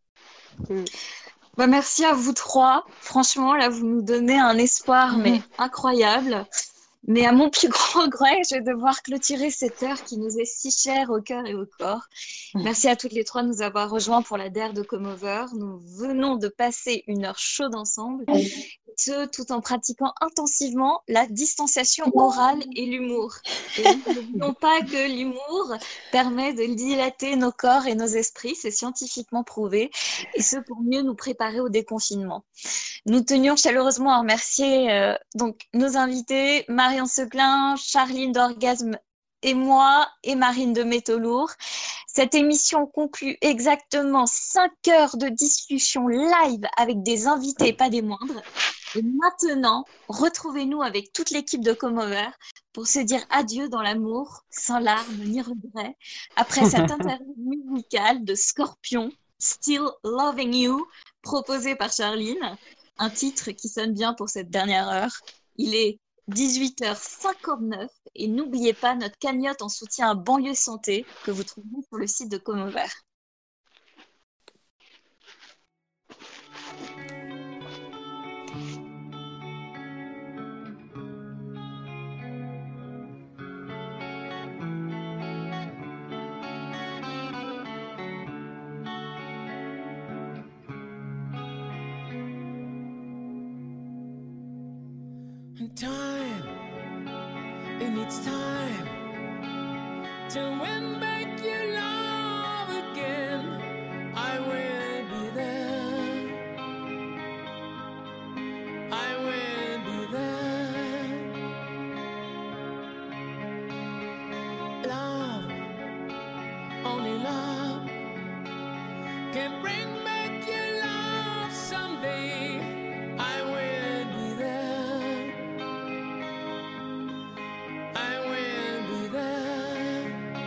Speaker 7: Bah, merci à vous 3. Franchement, là, vous nous donnez un espoir, mais incroyable. Mais à mon plus grand regret, je vais devoir clôturer cette heure qui nous est si chère au cœur et au corps. Merci à toutes les 3 de nous avoir rejoints pour la DER de Comover. Nous venons de passer une heure chaude ensemble, ce tout en pratiquant intensivement la distanciation orale et l'humour. Et n'oublions pas que l'humour permet de dilater nos corps et nos esprits, c'est scientifiquement prouvé, et ce pour mieux nous préparer au déconfinement. Nous tenions chaleureusement à remercier donc nos invités, Marion Seclin, Charline d'Orgasme et moi, et Marine de Métaux Lourds. Cette émission conclut exactement 5 heures de discussion live avec des invités, pas des moindres. Et maintenant, retrouvez-nous avec toute l'équipe de Comover pour se dire adieu dans l'amour, sans larmes ni regrets, après cette interview musicale de Scorpion, Still Loving You, proposé par Charline, un titre qui sonne bien pour cette dernière heure. Il est 18h59 et n'oubliez pas notre cagnotte en soutien à Banlieue Santé que vous trouvez sur le site de Comovert.
Speaker 8: Time, it needs time to win back your love again. I will be there. I will be there. Love, only love can bring back your love someday. I will be there. I will be there.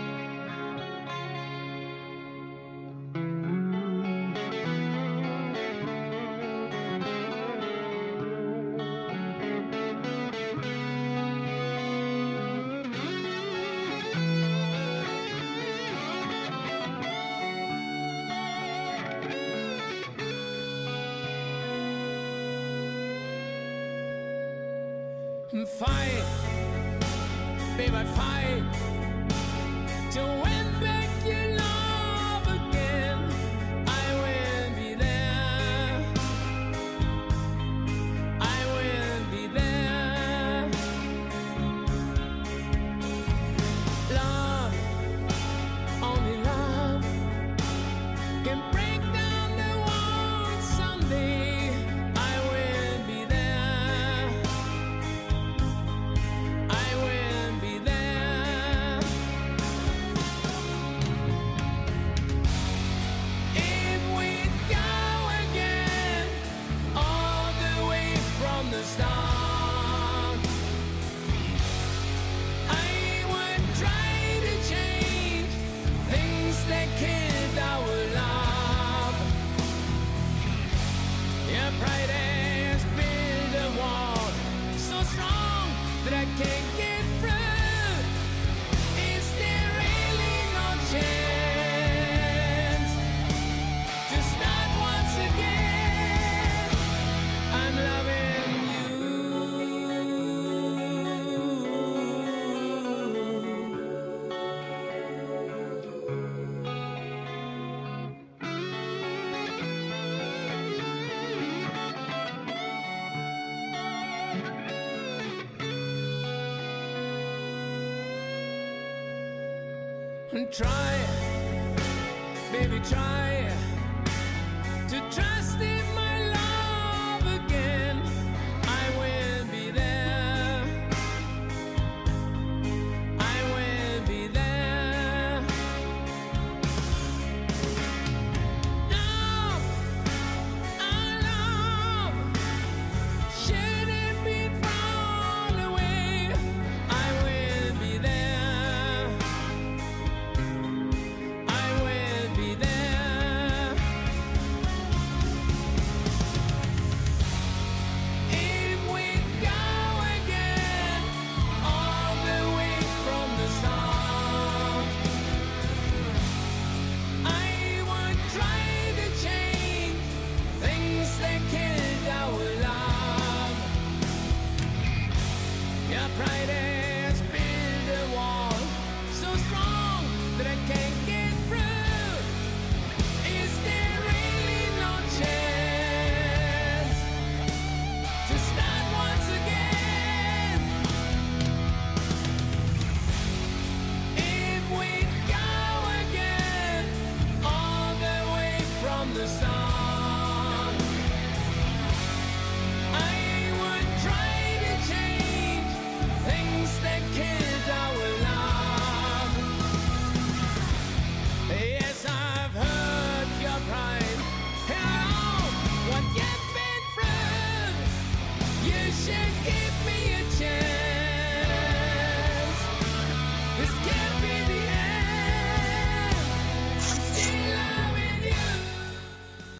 Speaker 8: Fight, babe, I fight to win back your love again. I will be there. I will be there. Love, only love can break down the walls someday. I will be there. I will be there. If we go again, all the way from the start, I would try to change things that killed our love. Your pride has built a wall so strong that I can't get through. Is there really no chance to start once again? I'm loving you. Try, baby, try.